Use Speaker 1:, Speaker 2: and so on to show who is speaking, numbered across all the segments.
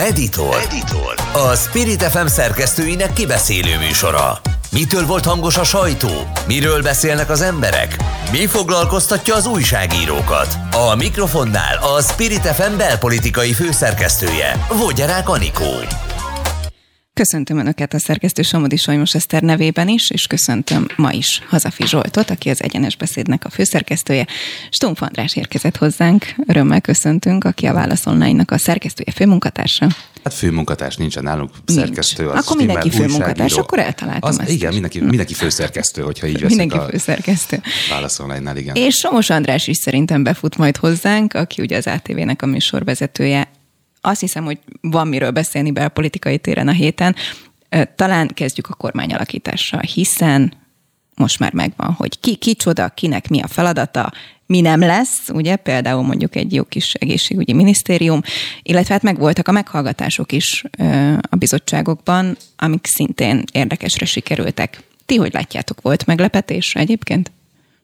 Speaker 1: Editor. A Spirit FM szerkesztőinek kibeszélő műsora. Mitől volt hangos a sajtó? Miről beszélnek az emberek? Mi foglalkoztatja az újságírókat? A mikrofonnál a Spirit FM belpolitikai főszerkesztője, Vogyarák Anikó.
Speaker 2: Köszöntöm Önöket a szerkesztő Somodi Solymos Eszter nevében is, és köszöntöm ma is Hazafi Zsoltot, aki az Egyenes Beszédnek a főszerkesztője. Stumpf András érkezett hozzánk, örömmel köszöntünk, aki a Válasz Online-nak a szerkesztője, főmunkatársa.
Speaker 3: Hát főmunkatárs nincsen nálunk, szerkesztő.
Speaker 2: Az akkor mindenki főmunkatárs, akkor eltaláltam ezt.
Speaker 3: Igen, mindenki főszerkesztő, hogyha így veszik
Speaker 2: mindenki főszerkesztő.
Speaker 3: Válasz Online-nál, igen.
Speaker 2: És Somos András is szerintem befut majd hozzánk, aki ugye az ATV-nek a műsorvezetője. Azt hiszem, hogy van miről beszélni belpolitikai téren a héten. Talán kezdjük a kormányalakítással, hiszen most már megvan, hogy kicsoda, kinek mi a feladata, mi nem lesz, ugye, például mondjuk egy jó kis egészségügyi minisztérium, illetve hát megvoltak a meghallgatások is a bizottságokban, amik szintén érdekesre sikerültek. Ti hogy látjátok, volt meglepetés egyébként?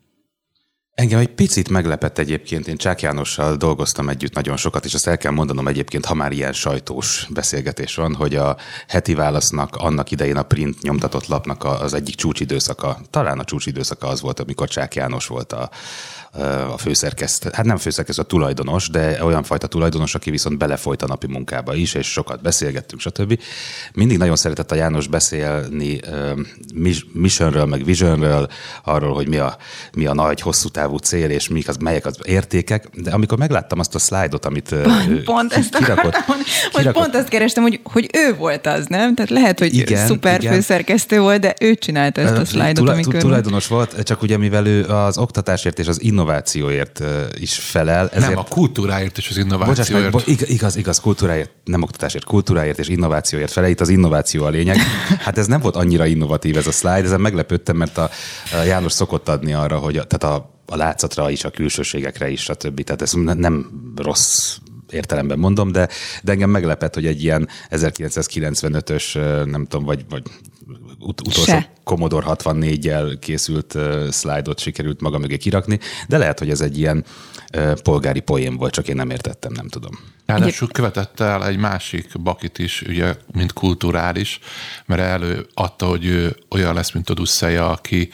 Speaker 3: Engem egy picit meglepett egyébként, én Csák Jánossal dolgoztam együtt nagyon sokat, és azt el kell mondanom egyébként, ha már ilyen sajtós beszélgetés van, hogy a Heti Válasznak annak idején a print nyomtatott lapnak az egyik csúcsidőszaka, talán a csúcsidőszaka az volt, amikor Csák János volt a főszerkesztő, hát nem főszerkesztő, a tulajdonos, de olyan fajta tulajdonos, aki viszont belefolyt a napi munkába is, és sokat beszélgettünk, stb. Mindig nagyon szeretett a János beszélni missionről, meg visionről, arról, hogy mi a nagy, hosszú távú cél, és melyek az értékek, de amikor megláttam azt a szlájdot, amit
Speaker 2: pont ezt kirakott, pont azt kerestem, hogy ő volt az, nem? Tehát lehet, hogy igen, szuper főszerkesztő volt, de ő csinálta ezt a szlájdot, amikor... Tulajdonos
Speaker 3: volt, csak ugye mivel ő az oktatásért és az innovációért is felel.
Speaker 4: Ezért... Nem, a kultúráért és az innovációért.
Speaker 3: Igaz, kultúráért, nem oktatásért, kultúráért és innovációért felel. Itt az innováció a lényeg. Hát ez nem volt annyira innovatív ez a slide, ezen meglepődtem, mert a János szokott adni arra, hogy tehát a látszatra is, a külsőségekre is, stb. Tehát ez nem rossz értelemben mondom, de engem meglepett, hogy egy ilyen 1995-ös, nem tudom, vagy utolsó Commodore 64-jel készült szlájdot sikerült maga mögé kirakni, de lehet, hogy ez egy ilyen polgári poém volt, csak én nem értettem, nem tudom.
Speaker 4: Ráadásul követett el egy másik bakit is, ugye, mint kulturális, mert előadta, hogy ő olyan lesz, mint Odüsszeja, aki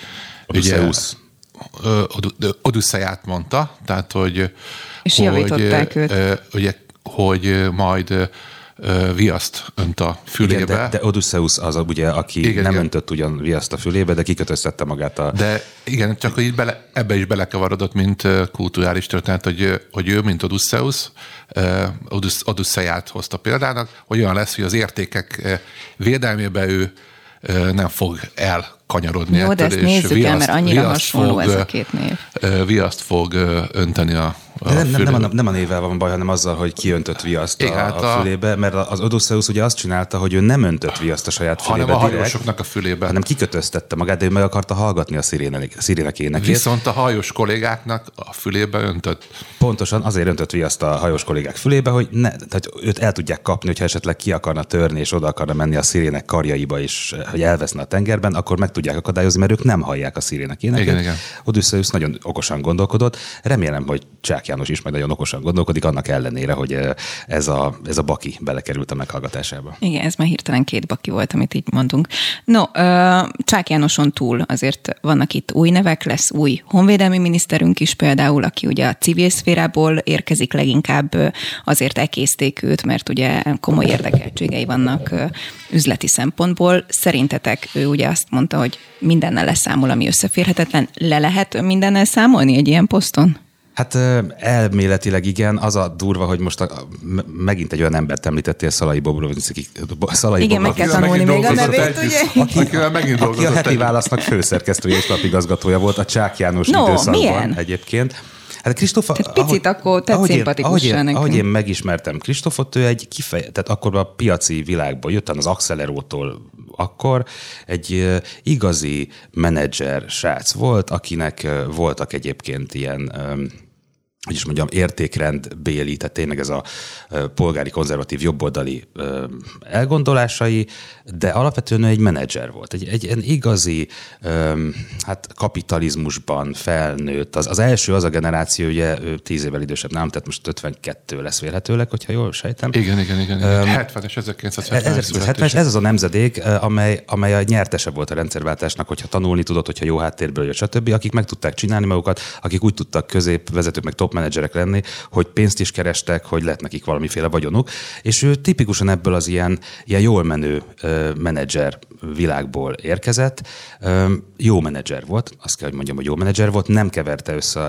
Speaker 4: Odüsszeját mondta, tehát, hogy
Speaker 2: és javították őt.
Speaker 4: Ugye, hogy majd viaszt önt a fülébe.
Speaker 3: Igen, de Odysseus az ugye, aki nem öntött ugyan viaszt a fülébe, de kikötöztette magát a...
Speaker 4: De igen, csak hogy ebbe is belekavarodott, mint kulturális történet, hogy ő, mint Odysseus, Odüsszeját hozta példának, hogy olyan lesz, hogy az értékek védelmében ő nem fog elkanyarodni.
Speaker 2: Jó, de ezt nézzük el, mert annyira hasonló ez a két név.
Speaker 4: Viaszt fog önteni a
Speaker 3: nem a névvel van baj, hanem azzal, hogy kiöntött viaszt a fülébe, mert az Odysseus ugye azt csinálta, hogy ő nem öntött viaszt a saját fülébe
Speaker 4: hanem a hajósoknak a fülébe.
Speaker 3: Hanem kikötöztette magát, de ő meg akarta hallgatni a szirének énekét.
Speaker 4: Viszont a hajós kollégáknak a fülébe öntött.
Speaker 3: Pontosan azért öntött viaszt a hajós kollégák fülébe, hogy tehát őt el tudják kapni, hogyha esetleg ki akarna törni, és oda akarna menni a szirének karjaiba, és hogy elveszne a tengerben, akkor meg tudják akadályozni, mert ők nem hallják a szirének énekét.
Speaker 4: Igen.
Speaker 3: Odysseus nagyon okosan gondolkodott. Remélem, hogy Csák János is majd nagyon okosan gondolkodik, annak ellenére, hogy ez a baki belekerült a meghallgatásába.
Speaker 2: Igen, ez már hirtelen két baki volt, amit így mondunk. No, Csák Jánoson túl azért vannak itt új nevek, lesz új honvédelmi miniszterünk is például, aki ugye a civil szférából érkezik, leginkább azért ekészték őt, mert ugye komoly érdekeltségei vannak üzleti szempontból. Szerintetek ő ugye azt mondta, hogy mindennel leszámol, ami összeférhetetlen. Le lehet mindennel számolni egy ilyen poszton?
Speaker 3: Hát elméletileg igen, az a durva, hogy most megint egy olyan embert említettél, Szalai Bobroviczky.
Speaker 2: Igen, meg kell tanulni még a nevét,
Speaker 4: ugye?
Speaker 3: Aki a Heti Válasznak főszerkesztője és lapigazgatója volt a Csák János időszakban milyen? Egyébként. Hát Kristóf,
Speaker 2: picit akkor tett szimpatikusan nekem.
Speaker 3: Ahogy én megismertem Kristófot, ő egy tehát akkor a piaci világból jöttem az Accelerótól, akkor egy igazi menedzser srác volt, akinek voltak egyébként ilyen hogy is mondjam, értékrendbéli, tehát tényleg ez a polgári konzervatív jobboldali elgondolásai, de alapvetően egy menedzser volt. Egy igazi kapitalizmusban felnőtt. Az első az a generáció, ugye 10 évvel idősebb nálam, tehát most 52 lesz vélhetőleg, hogyha jól sejtem.
Speaker 4: Igen. 70-es, 1970-es.
Speaker 3: Ez az a nemzedék, amely a nyertese volt a rendszerváltásnak, hogyha tanulni tudott, hogyha jó háttérből jött, stb., akik meg tudták csinálni magukat, akik úgy tudtak középvezetők, meg top menedzserek lenni, hogy pénzt is kerestek, hogy lett nekik valamiféle vagyonuk, és ő tipikusan ebből az ilyen jól menő menedzser világból érkezett. Jó menedzser volt, azt kell, hogy mondjam, hogy jó menedzser volt, nem keverte össze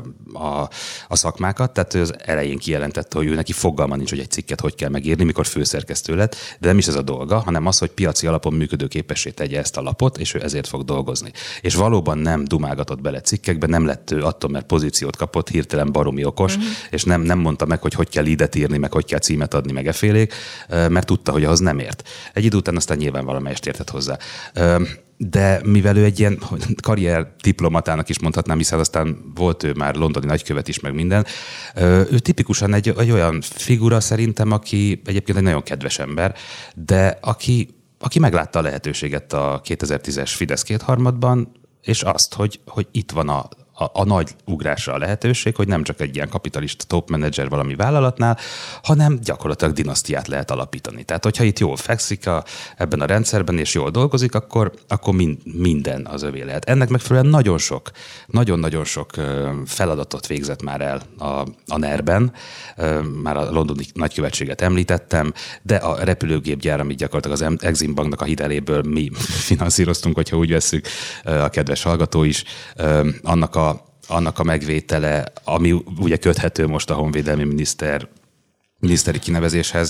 Speaker 3: a szakmákat, tehát ő az elején kijelentette, hogy ő neki fogalma nincs, hogy egy cikket hogy kell megírni, mikor főszerkesztő lett, de nem is ez a dolga, hanem az, hogy piaci alapon működőképessé tegye ezt a lapot, és ő ezért fog dolgozni. És valóban nem dumálgatott bele cikkekbe, nem lett ő attól, mert pozíciót kapott, hirtelen baromi okos, és nem mondta meg, hogy kell leadet írni, meg hogy kell címet adni, meg efélék, mert tudta, hogy ahhoz nem ért. Egy idő után aztán nyilván valamelyest értett hozzá. De mivel ő egy ilyen karrierdiplomatának is mondhatnám, hiszen aztán volt ő már londoni nagykövet is, meg minden, ő tipikusan egy olyan figura szerintem, aki egyébként egy nagyon kedves ember, de aki meglátta a lehetőséget a 2010-es Fidesz kétharmadban, és azt, hogy itt van a nagy ugrásra a lehetőség, hogy nem csak egy ilyen kapitalista top menedzser valami vállalatnál, hanem gyakorlatilag dinasztiát lehet alapítani. Tehát, hogyha itt jól fekszik ebben a rendszerben, és jól dolgozik, akkor minden az övé lehet. Ennek megfelelően nagyon-nagyon sok feladatot végzett már el a NER-ben, már a londoni nagykövetséget említettem, de a repülőgépgyár, amit gyakorlatilag az Exim Banknak a hiteléből mi finanszíroztunk, hogyha úgy vesszük, a kedves hallgató is, annak a megvétele, ami ugye köthető most a honvédelmi miniszteri kinevezéshez,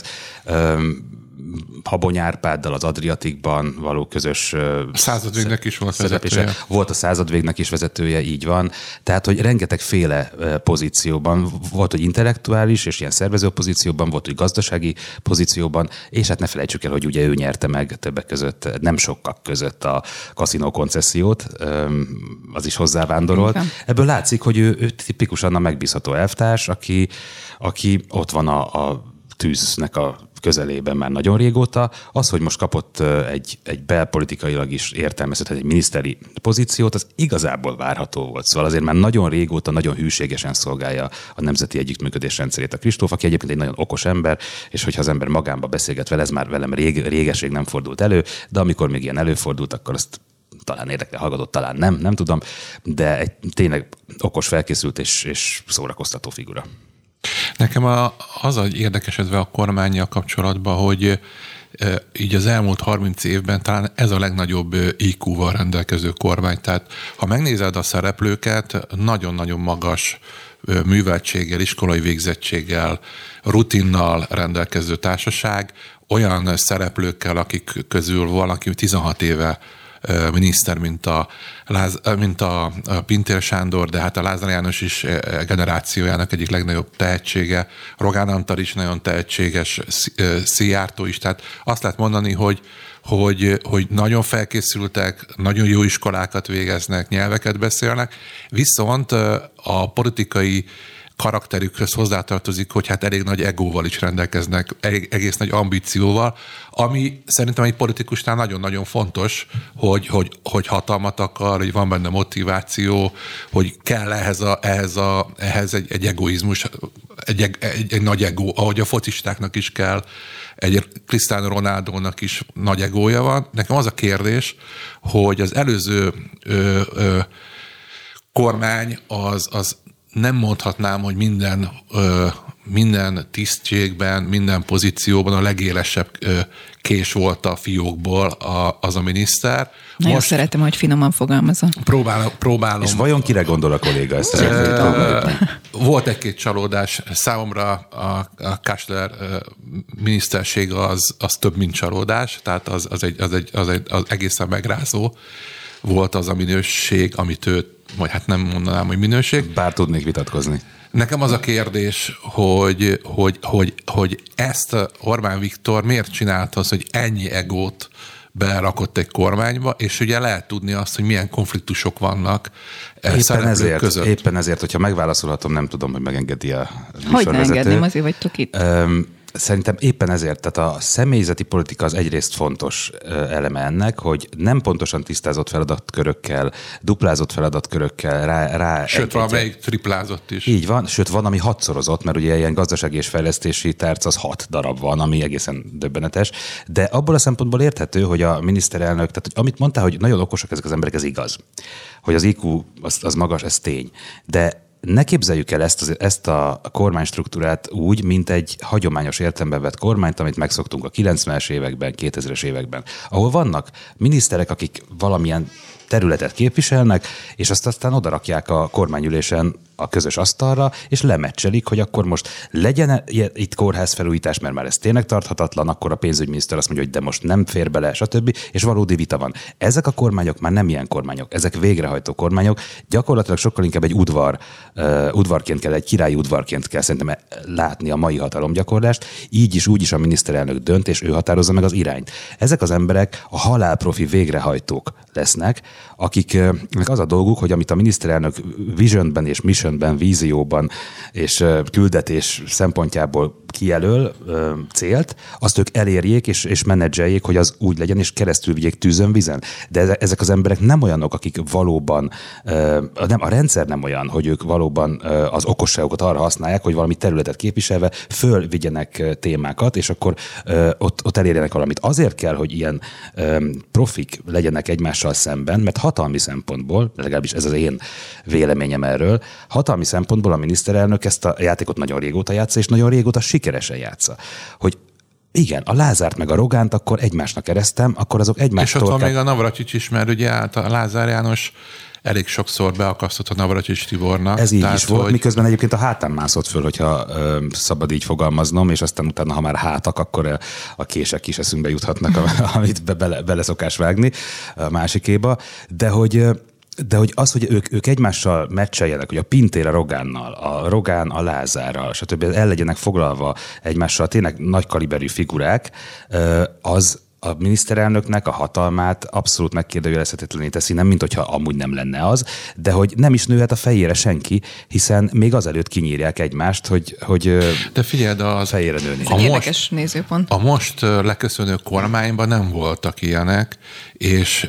Speaker 3: Habony Árpáddal az Adriatikban való közös
Speaker 4: Századvégnek is volt vezetője.
Speaker 3: Volt a Századvégnek is vezetője, így van. Tehát, hogy rengetegféle pozícióban volt, hogy intellektuális és ilyen szervező pozícióban, volt, hogy gazdasági pozícióban, és hát ne felejtsük el, hogy ugye ő nyerte meg többek között, nem sokak között a kaszinó koncesziót, az is hozzávándorolt. Ebből látszik, hogy ő tipikusan a megbízható elvtárs, aki ott van a tűznek a közelében már nagyon régóta. Az, hogy most kapott egy belpolitikailag is értelmezhető egy miniszteri pozíciót, az igazából várható volt. Szóval azért már nagyon régóta, nagyon hűségesen szolgálja a nemzeti együttműködés rendszerét a Kristóf, aki egyébként egy nagyon okos ember, és hogyha az ember magánba beszélget vele, ez már velem régeség nem fordult elő, de amikor még ilyen előfordult, akkor azt talán érdekli hallgatott, talán nem tudom, de egy tényleg okos, felkészült és szórakoztató figura.
Speaker 4: Nekem az érdekesedve a kormánnyal kapcsolatban, hogy így az elmúlt 30 évben talán ez a legnagyobb IQ-val rendelkező kormány. Tehát ha megnézed a szereplőket, nagyon-nagyon magas műveltséggel, iskolai végzettséggel, rutinnal rendelkező társaság, olyan szereplőkkel, akik közül valaki 16 éve miniszter, mint a Pintér Sándor, de hát a Lázár János is generációjának egyik legnagyobb tehetsége, Rogán Antal is nagyon tehetséges, Szijjártó is, tehát azt lehet mondani, hogy nagyon felkészültek, nagyon jó iskolákat végeznek, nyelveket beszélnek, viszont a politikai karakterükhöz hozzátartozik, hogy hát elég nagy egóval is rendelkeznek, egész nagy ambícióval, ami szerintem egy politikusnál nagyon-nagyon fontos, hogy hatalmat akar, hogy van benne motiváció, hogy kell ehhez egy egoizmus, egy nagy egó, ahogy a focistáknak is kell, egy Cristiano Ronaldónak is nagy egója van. Nekem az a kérdés, hogy az előző kormány az nem mondhatnám, hogy minden tisztségben, minden pozícióban a legélesebb kés volt a fiókból az a miniszter.
Speaker 2: Nagyon szeretem, hogy finoman fogalmazol.
Speaker 4: Próbálom.
Speaker 3: És vajon kire gondol a kolléga?
Speaker 4: Volt egy-két csalódás. Számomra a Kastler miniszterség az több, mint csalódás, tehát az egészen megrázó volt az a minőség, amit ő, vagy hát nem mondanám, hogy minőség.
Speaker 3: Bár tudnék vitatkozni.
Speaker 4: Nekem az a kérdés, hogy ezt Orbán Viktor miért csinálta az, hogy ennyi egót berakott egy kormányba, és ugye lehet tudni azt, hogy milyen konfliktusok vannak szereplők között.
Speaker 3: Éppen ezért, hogyha megválaszolhatom, nem tudom, hogy megengedi a műsorvezető.
Speaker 2: Hogy ne engedném, azért vagytok itt.
Speaker 3: Szerintem éppen ezért, tehát a személyzeti politika az egyrészt fontos eleme ennek, hogy nem pontosan tisztázott feladatkörökkel, duplázott feladatkörökkel rá
Speaker 4: sőt, valamelyik triplázott is.
Speaker 3: Így van, sőt van, ami 6-szorozott, mert ugye ilyen gazdasági és fejlesztési tárca az 6 darab van, ami egészen döbbenetes. De abból a szempontból érthető, hogy a miniszterelnök, tehát hogy amit mondtál, hogy nagyon okosak ezek az emberek, ez igaz. Hogy az IQ az magas, ez tény. De ne képzeljük el ezt a kormánystruktúrát úgy, mint egy hagyományos értelemben vett kormányt, amit megszoktunk a 90-es években, 2000-es években, ahol vannak miniszterek, akik valamilyen területet képviselnek, és azt aztán odarakják a kormányülésen a közös asztalra, és lemecselik, hogy akkor most legyen itt kórházfelújítás, mert már ez tényleg tarthatatlan, akkor a pénzügyminiszter azt mondja, hogy de most nem fér bele, stb. És valódi vita van. Ezek a kormányok már nem ilyen kormányok, ezek végrehajtó kormányok, gyakorlatilag sokkal inkább egy udvarként kell, egy királyi udvarként kell szerintem látni a mai hatalomgyakorlást, így is, úgy is a miniszterelnök dönt, és ő határozza meg az irányt. Ezek az emberek a halálprofi végrehajtók lesznek, akiknek az a dolguk, hogy amit a miniszterelnök visionben és missionben, vízióban és küldetés szempontjából kijelöl célt, azt ők elérjék és menedzseljék, hogy az úgy legyen, és keresztül vigyék tűzön, vizen. De ezek az emberek nem olyanok, akik valóban, a rendszer nem olyan, hogy ők valóban az okosságokat arra használják, hogy valami területet képviselve fölvigyenek témákat, és akkor ott elérjenek valamit. Azért kell, hogy ilyen profik legyenek egymással szemben, mert hatalmi szempontból, legalábbis ez az én véleményem erről, hatalmi szempontból a miniszterelnök ezt a játékot nagyon régóta játsza, és nagyon régóta sikeresen játsza. Hogy igen, a Lázárt meg a Rogánt akkor egymásnak eresztem, akkor azok egymástól...
Speaker 4: És ott van még a Navracsics is, mert ugye a Lázár János elég sokszor beakasztott a Navracsics Tibornak.
Speaker 3: Ez így is volt, miközben egyébként a hátán mászott föl, hogyha szabad így fogalmaznom, és aztán utána, ha már hátak, akkor a kések is eszünkbe juthatnak, amit bele szokás vágni a másikéba. De hogy az, hogy ők egymással meccseljenek, hogy a Pintér a Rogánnal, a Rogán a Lázárral, stb. El legyenek foglalva egymással tényleg nagy kaliberű figurák, az a miniszterelnöknek a hatalmát abszolút megkérdőjelezhetetlené teszi, nem mint hogyha amúgy nem lenne az, de hogy nem is nőhet a fejére senki, hiszen még azelőtt kinyírják egymást, hogy
Speaker 4: de figyeld, az
Speaker 3: fejére nőni.
Speaker 2: Érdekes nézőpont.
Speaker 4: A most leköszönő kormányban nem voltak ilyenek, és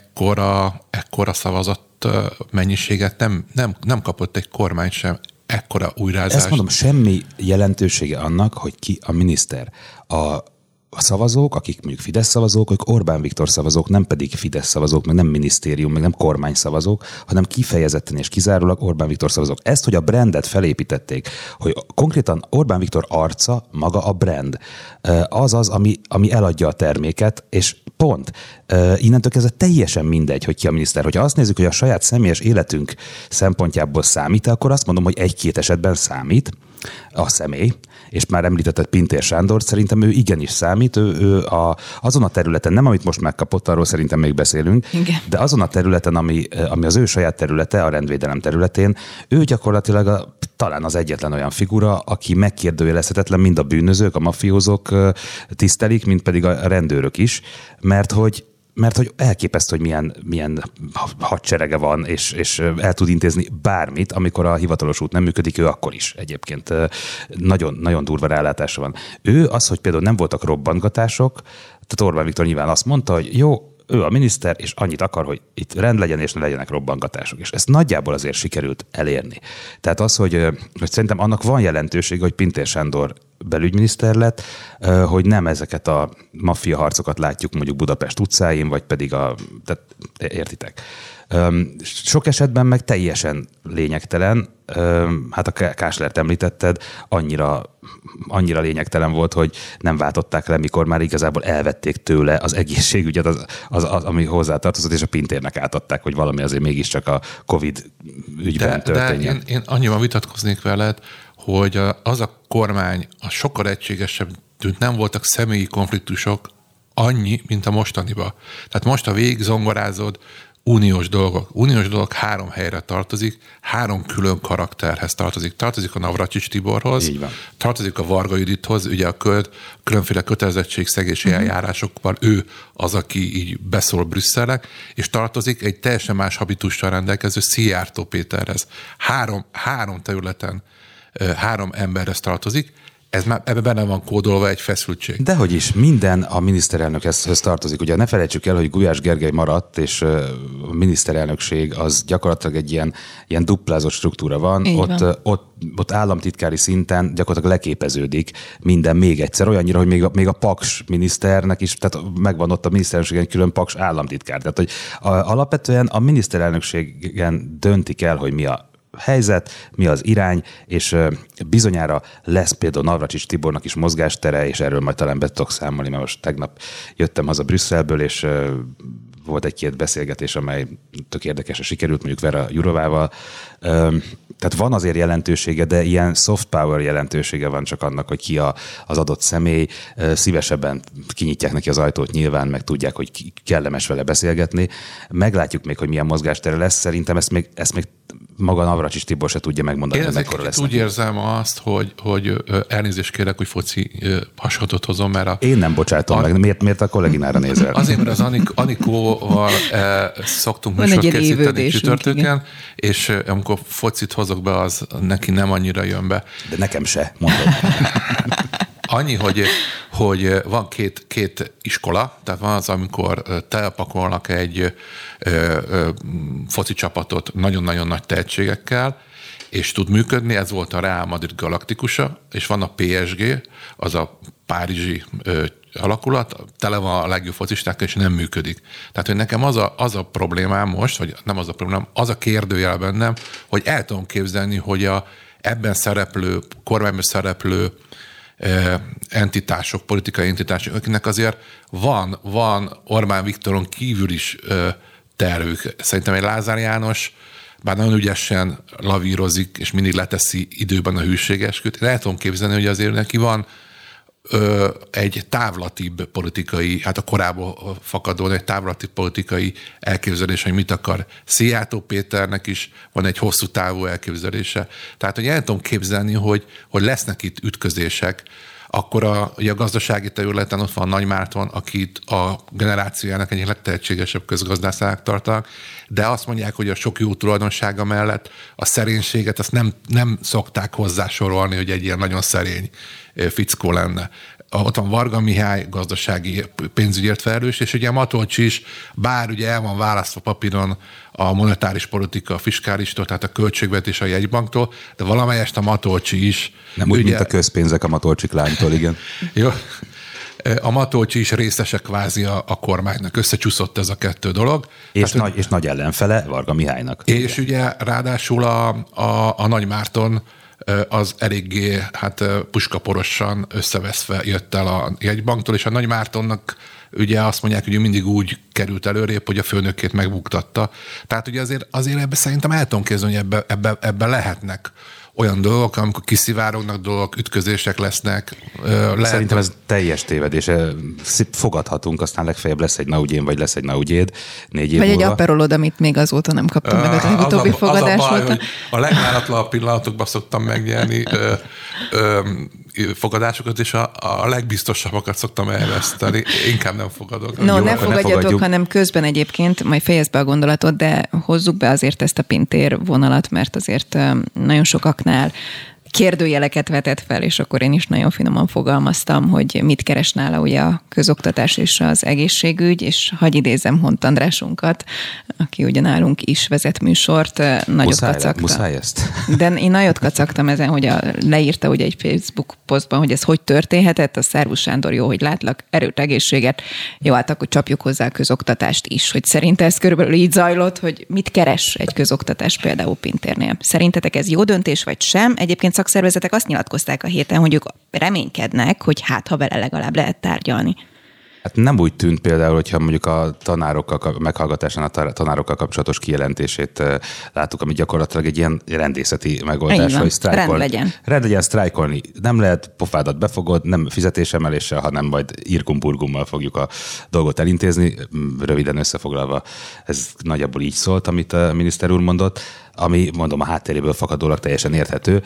Speaker 4: ekkora szavazat mennyiséget nem kapott egy kormány sem, ekkora újrázást.
Speaker 3: Ezt mondom, semmi jelentősége annak, hogy ki a miniszter. A szavazók, akik mondjuk Fidesz szavazók, ők Orbán Viktor szavazók, nem pedig Fidesz szavazók, meg nem minisztérium, meg nem kormány szavazók, hanem kifejezetten és kizárólag Orbán Viktor szavazók. Ezt, hogy a brandet felépítették, hogy konkrétan Orbán Viktor arca maga a brand. Az, ami eladja a terméket, és pont. Innentől kezdve teljesen mindegy, hogy ki a miniszter. Hogyha azt nézzük, hogy a saját személyes életünk szempontjából számít, akkor azt mondom, hogy 1-2 esetben számít a személy, és már említetted Pintér Sándor, szerintem ő igenis számít, ő azon a területen, nem amit most megkapott, arról szerintem még beszélünk, igen. De azon a területen, ami az ő saját területe, a rendvédelem területén, ő gyakorlatilag talán az egyetlen olyan figura, aki megkérdőjelezhetetlen, mind a bűnözők, a mafiózók tisztelik, mint pedig a rendőrök is, mert hogy elképesztő, hogy milyen hadserege van, és el tud intézni bármit, amikor a hivatalos út nem működik, ő akkor is egyébként. Nagyon, nagyon durva rálátása van. Ő az, hogy például nem voltak robbantgatások, tehát Orbán Viktor nyilván azt mondta, hogy jó, ő a miniszter, és annyit akar, hogy itt rend legyen, és ne legyenek robbangatások. És ezt nagyjából azért sikerült elérni. Tehát az, hogy szerintem annak van jelentősége, hogy Pintér Sándor belügyminiszter lett, hogy nem ezeket a maffia harcokat látjuk mondjuk Budapest utcáin, vagy pedig tehát értitek. Sok esetben meg teljesen lényegtelen, hát a Káslert említetted, annyira lényegtelen volt, hogy nem váltották le, mikor már igazából elvették tőle az egészségügyet, ami hozzátartozott, és a Pintérnek átadták, hogy valami azért mégiscsak a Covid ügyben történjen.
Speaker 4: De én annyiban vitatkoznék veled, hogy az a kormány a sokkal egységesebb tűnt, nem voltak személyi konfliktusok annyi, mint a mostaniba. Tehát most, ha végig zongorázod, uniós dolgok. Uniós dolgok 3 helyre tartozik, 3 külön karakterhez tartozik. Tartozik a Navracsics Tiborhoz, tartozik a Varga Judithoz, ugye a különféle kötelezettségszegési eljárásokban ő az, aki így beszól Brüsszelnek, és tartozik egy teljesen más habitussal rendelkező Szijjártó Péterhez. 3 területen 3 emberhez tartozik, ez már ebben benne van kódolva egy feszültség.
Speaker 3: Dehogy is, minden a miniszterelnökhez tartozik. Ugye ne felejtsük el, hogy Gulyás Gergely maradt, és a miniszterelnökség az gyakorlatilag egy ilyen duplázott struktúra van. Ott államtitkári szinten gyakorlatilag leképeződik minden még egyszer, olyannyira, hogy még a Paks miniszternek is, tehát megvan ott a miniszterelnökségen külön Paks államtitkár. Tehát, hogy alapvetően a miniszterelnökségen döntik el, hogy mi a helyzet, mi az irány, és bizonyára lesz például Navracsics Tibornak is mozgástere, és erről majd talán be tudok számolni, mert most tegnap jöttem haza Brüsszelből, és volt 1-2 beszélgetés, amely tök érdekesen sikerült, mondjuk Vera Jourovával. Tehát van azért jelentősége, de ilyen soft power jelentősége van csak annak, hogy ki az adott személy. Szívesebben kinyitják neki az ajtót nyilván, meg tudják, hogy kellemes vele beszélgetni. Meglátjuk még, hogy milyen mozgástere lesz. Szerintem ezt még maga Navracsics Tibor se tudja megmondani, hogy mekkora lesz.
Speaker 4: Úgy érzem azt, hogy elnézést kérek, hogy foci hasonlatot hozom, mert
Speaker 3: én nem bocsátom meg. Miért a kolléginára nézel?
Speaker 4: Azért, mert az Anikóval szoktunk műsort készíteni csütörtöken, és amikor focit hozok be, az neki nem annyira jön be.
Speaker 3: De nekem se, mondom.
Speaker 4: Annyi, hogy van két iskola, tehát van az, amikor telepakolnak egy foci csapatot nagyon-nagyon nagy tehetségekkel, és tud működni, ez volt a Real Madrid galaktikusa, és van a PSG, az a párizsi alakulat, tele van a legjobb focistákkal, és nem működik. Tehát, hogy nekem az a problémám most, vagy nem az a problémám, az a kérdőjel bennem, hogy el tudom képzelni, hogy ebben szereplő, kormányban szereplő entitások, politikai entitások, akiknek azért van Orbán Viktoron kívül is tervük. Szerintem egy Lázár János, bár nagyon ügyesen lavírozik, és mindig leteszi időben a hűségesküt, én el tudom képzelni, hogy azért neki van egy távlatibb politikai, hát a korából fakadóan egy távlatibb politikai elképzelés, hogy mit akar. Szijjártó Péternek is van egy hosszú távú elképzelése. Tehát, hogy el tudom képzelni, hogy lesznek itt ütközések, akkor ugye a gazdasági területen ott van Nagy Márton, akit a generációjának egyik legtehetségesebb közgazdászának tartanak, de azt mondják, hogy a sok jó tulajdonsága mellett a szerénységet azt nem szokták hozzásorolni, hogy egy ilyen nagyon szerény fickó lenne. Ott van Varga Mihály, gazdasági pénzügyért felelős, és ugye Matolcsy is, bár ugye el van választva papíron a monetáris politika a fiskálistól, tehát a költségvetés a jegybanktól, de valamelyest a Matolcsy is.
Speaker 3: Nem úgy, mint a közpénzek a Matolcsy lánytól, igen.
Speaker 4: Jó. A Matolcsy is részese kvázi a kormánynak. Összecsúszott ez a 2 dolog.
Speaker 3: És nagy ellenfele Varga Mihálynak.
Speaker 4: És ugye ráadásul a Nagy Márton az eléggé puskaporosan összeveszve jött el a jegybanktól, és a Nagy Mártonnak ugye azt mondják, hogy ő mindig úgy került előrébb, hogy a főnökét megbuktatta. Tehát ugye azért ebbe szerintem el tudom képzelni, hogy ebbe lehetnek olyan dolgok, amikor kiszivárognak dolgok, ütközések lesznek.
Speaker 3: Szerintem ez teljes tévedés. Fogadhatunk, aztán legfeljebb lesz egy Naugyén, vagy lesz egy Naugyéd 4 év
Speaker 2: vagy
Speaker 3: múlva.
Speaker 2: egy aperolod, amit még azóta nem kaptam meg a legutóbbi fogadás
Speaker 4: az a baj,
Speaker 2: óta.
Speaker 4: hogy a legváratlanabb pillanatokban szoktam megnyerni fogadásokat, és a legbiztosabbakat szoktam elveszteni. Inkább nem fogadok.
Speaker 2: No, ne fogadjatok, hanem közben egyébként, majd fejezd be a gondolatot, de hozzuk be azért ezt a Pintér vonalat, mert azért nagyon sokaknál kérdőjeleket vetett fel, és akkor én is nagyon finoman fogalmaztam, hogy mit keres nála ugye a közoktatás és az egészségügy, és hadd idézem Hont Andrásunkat, aki ugye nálunk is vezet műsort, nagyot kacagta.
Speaker 3: Muszáj ezt?
Speaker 2: De én nagyot kacagtam ezen, hogy leírta ugye egy Facebook posztban, hogy ez hogy történhetett, a Szervusz Sándor, jó, hogy látlak, erőt, egészséget, jó, hát akkor csapjuk hozzá a közoktatást is, hogy szerinte ez körülbelül így zajlott, hogy mit keres egy közoktatás például Pintérnél. Szerintetek ez jó döntés, vagy sem? Egyébként szakszervezetek azt nyilatkozták a héten, hogy ők reménykednek, hogy hát ha vele legalább lehet tárgyalni.
Speaker 3: Hát nem úgy tűnt például, hogyha mondjuk a meghallgatásán a tanárokkal kapcsolatos kijelentését láttuk, ami gyakorlatilag egy ilyen rendészeti megoldás, hogy rend legyen sztrájkolni. Nem lehet, pofádat befogod, nem fizetésemeléssel, hanem majd irgum-burgummal fogjuk a dolgot elintézni. Röviden összefoglalva, ez nagyjából így szólt, amit a miniszter úr mondott, ami, mondom, a háttéréből fakadólag teljesen érthető.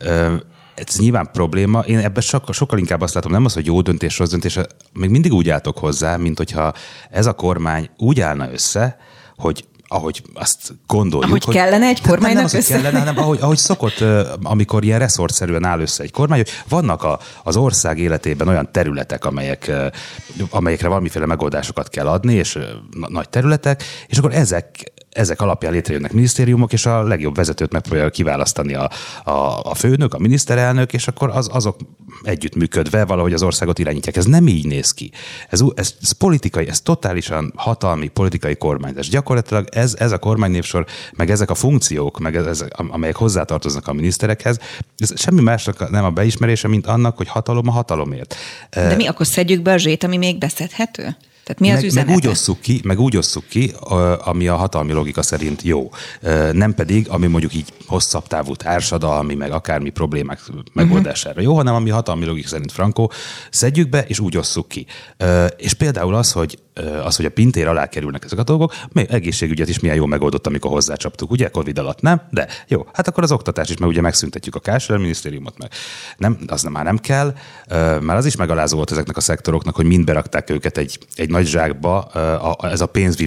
Speaker 3: Ez nyilván probléma. Én ebben sokkal inkább azt látom, nem az, hogy jó döntés, rossz döntés, még mindig úgy álltok hozzá, mint hogyha ez a kormány úgy állna össze, hogy ahogy azt gondoljuk.
Speaker 2: Ahogy kellene egy kormánynak
Speaker 3: nem az, hogy kellene, hanem ahogy szokott, amikor ilyen reszortszerűen áll össze egy kormány, hogy vannak az ország életében olyan területek, amelyekre valamiféle megoldásokat kell adni, és nagy területek, és akkor ezek alapján létrejönnek minisztériumok, és a legjobb vezetőt megpróbálja kiválasztani a főnök, a miniszterelnök, és akkor azok együttműködve valahogy az országot irányítják. Ez nem így néz ki. Ez politikai, ez totálisan hatalmi politikai kormányzás. Gyakorlatilag ez a kormánynévsor, meg ezek a funkciók, meg amelyek hozzátartoznak a miniszterekhez, ez semmi másnak nem a beismerése, mint annak, hogy hatalom a hatalomért.
Speaker 2: De mi akkor szedjük be a zsét, ami még beszedhető? Tehát mi az üzenete?
Speaker 3: Meg úgy osszuk ki, ami a hatalmi logika szerint jó. Nem pedig, ami mondjuk így hosszabb távú társadalmi, meg akármi problémák megoldására jó, hanem ami a hatalmi logika szerint frankó, szedjük be, és úgy osszuk ki. És például az, hogy a pintér alá kerülnek ezek a dolgok, még egészségügyet is milyen jól megoldott, amikor hozzácsaptuk, ugye, Covid alatt, nem? De jó, hát akkor az oktatás is, mert ugye megszüntetjük a KSL minisztériumot, meg nem, az már nem kell, már az is megalázó volt ezeknek a szektoroknak, hogy mind berakták őket egy nagy zsákba, ez a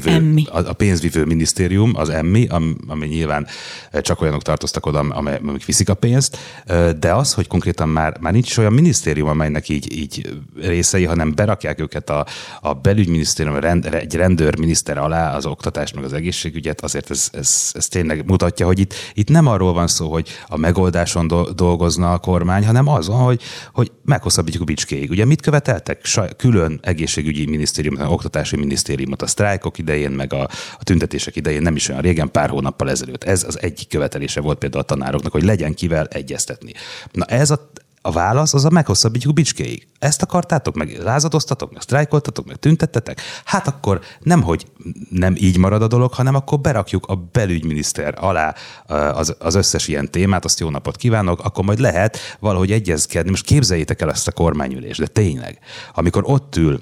Speaker 3: pénzvivő minisztérium, az EMMI, ami nyilván csak olyanok tartoztak oda, amik viszik a pénzt, de az, hogy konkrétan már nincs olyan minisztérium, amelynek így részei, hanem berakják őket a belügyminisztérium, egy rendőrminiszter alá az oktatást, meg az egészségügyet, azért ez tényleg mutatja, hogy itt nem arról van szó, hogy a megoldáson dolgozna a kormány, hanem azon, hogy meghosszabbítjuk a bicskéig. Ugye mit követeltek? Külön egészségügyi minisztérium, oktatási minisztériumot a sztrájkok idején, meg a tüntetések idején, nem is olyan régen, pár hónappal ezelőtt. Ez az egyik követelése volt például a tanároknak, hogy legyen kivel egyeztetni. Na ez a válasz az a meghosszabbítjuk bicskéig. Ezt akartátok, meg lázadoztatok, meg sztrájkoltatok, meg tüntettetek? Hát akkor nemhogy nem így marad a dolog, hanem akkor berakjuk a belügyminiszter alá az összes ilyen témát, azt jó napot kívánok, akkor majd lehet valahogy egyezkedni. Most képzeljétek el ezt a kormányülést, de tényleg, amikor ott ül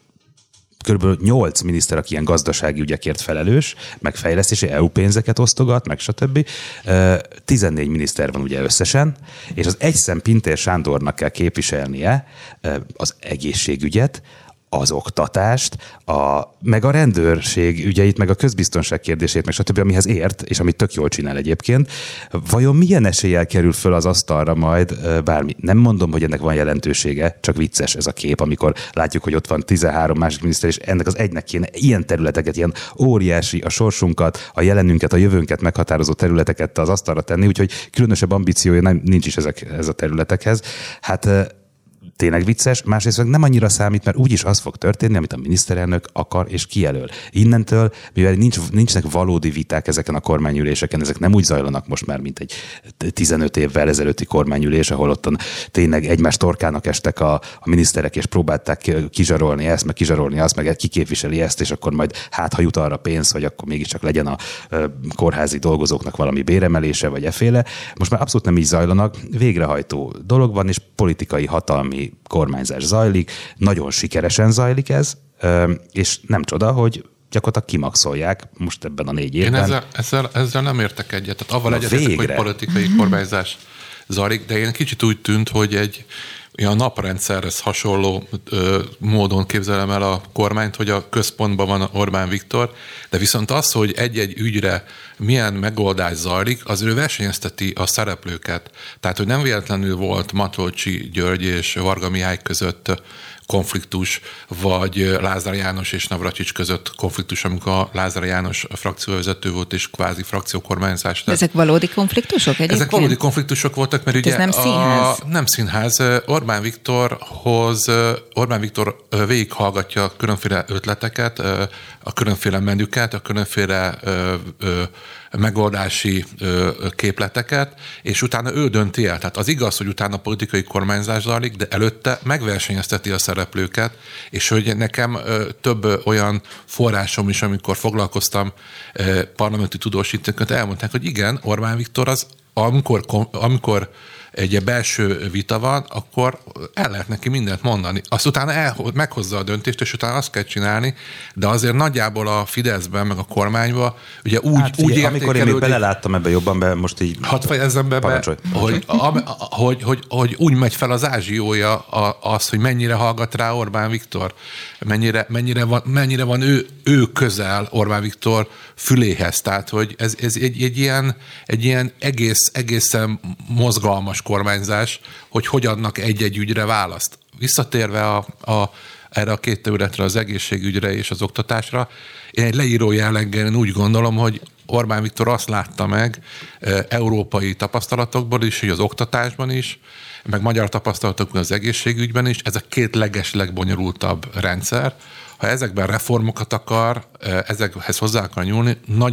Speaker 3: kb. 8 miniszter, aki ilyen gazdasági ügyekért felelős, meg fejlesztési EU pénzeket osztogat, meg stb. 14 miniszter van ugye összesen, és az egyszem Pintér Sándornak kell képviselnie az egészségügyet, az oktatást, meg a rendőrség ügyeit, meg a közbiztonság kérdését, meg stb., amihez ért, és amit tök jól csinál egyébként. Vajon milyen eséllyel kerül föl az asztalra majd bármi? Nem mondom, hogy ennek van jelentősége, csak vicces ez a kép, amikor látjuk, hogy ott van 13 másik miniszter, és ennek az egynek kéne ilyen területeket, ilyen óriási, a sorsunkat, a jelenünket, a jövőnket meghatározó területeket az asztalra tenni, úgyhogy különösebb ambíciója nincs is ez a területekhez. Hát tényleg vicces, másrészt nem annyira számít, mert úgyis az fog történni, amit a miniszterelnök akar és kijelöl. Innentől, mivel nincsenek valódi viták ezeken a kormányüléseken, ezek nem úgy zajlanak most már, mint egy 15 évvel ezelőtti kormányülés, ahol ottan tényleg egymás torkának estek a miniszterek, és próbálták kizsarolni ezt, meg kizsarolni azt, meg kiképviseli ezt, és akkor majd ha jut arra pénz, hogy akkor mégiscsak legyen a kórházi dolgozóknak valami béremelése, vagy efféle. Most már abszolút nem így zajlanak, végrehajtó dolog van, és politikai hatalmi kormányzás zajlik, nagyon sikeresen zajlik ez, és nem csoda, hogy gyakorlatilag kimaxolják most ebben a 4 évben.
Speaker 4: Én ezzel nem értek egyet. Tehát avval egyetetek, hogy politikai kormányzás zajlik, de én kicsit úgy tűnt, hogy egy olyan naprendszerhez hasonló módon képzelem el a kormányt, hogy a központban van Orbán Viktor, de viszont az, hogy egy-egy ügyre milyen megoldás zajlik, az ő versenyezteti a szereplőket. Tehát, hogy nem véletlenül volt Matolcsy György és Varga Mihály között konfliktus, vagy Lázár János és Navracsics között konfliktus, amikor a Lázár János frakcióvezető volt, és kvázi frakciókormányzás.
Speaker 2: Ezek valódi konfliktusok egyébként?
Speaker 4: Ezek valódi konfliktusok voltak, mert ugye...
Speaker 2: Ez nem színház?
Speaker 4: Nem színház. Orbán Viktor végighallgatja a különféle ötleteket, a különféle menüket, a különféle megoldási képleteket, és utána ő dönti el. Tehát az igaz, hogy utána politikai kormányzás zajlik, de előtte megversenyezteti a szereplőket, és hogy nekem több olyan forrásom is, amikor foglalkoztam parlamenti tudósítókat, elmondták, hogy igen, Orbán Viktor az, amikor egy belső vita van, akkor el lehet neki mindent mondani. Azt utána meghozza a döntést, és utána azt kell csinálni, de azért nagyjából a Fideszben, meg a kormányban, ugye úgy értékelődik...
Speaker 3: Amikor én még beleláttam ebbe jobban, most így...
Speaker 4: Hadd fejezzem be, hogy úgy megy fel az ázsiója az, hogy mennyire hallgat rá Orbán Viktor, mennyire van ő közel Orbán Viktor füléhez. Tehát, hogy ez egy ilyen egészen mozgalmas kormányzás, hogy adnak egy-egy ügyre választ. Visszatérve erre a két területre, az egészségügyre és az oktatásra, én egy leíró jelleggel úgy gondolom, hogy Orbán Viktor azt látta meg európai tapasztalatokból is, hogy az oktatásban is, meg magyar tapasztalatokban az egészségügyben is, ez a két legbonyolultabb rendszer. Ha ezekben reformokat akar, ezekhez hozzá akar nyúlni,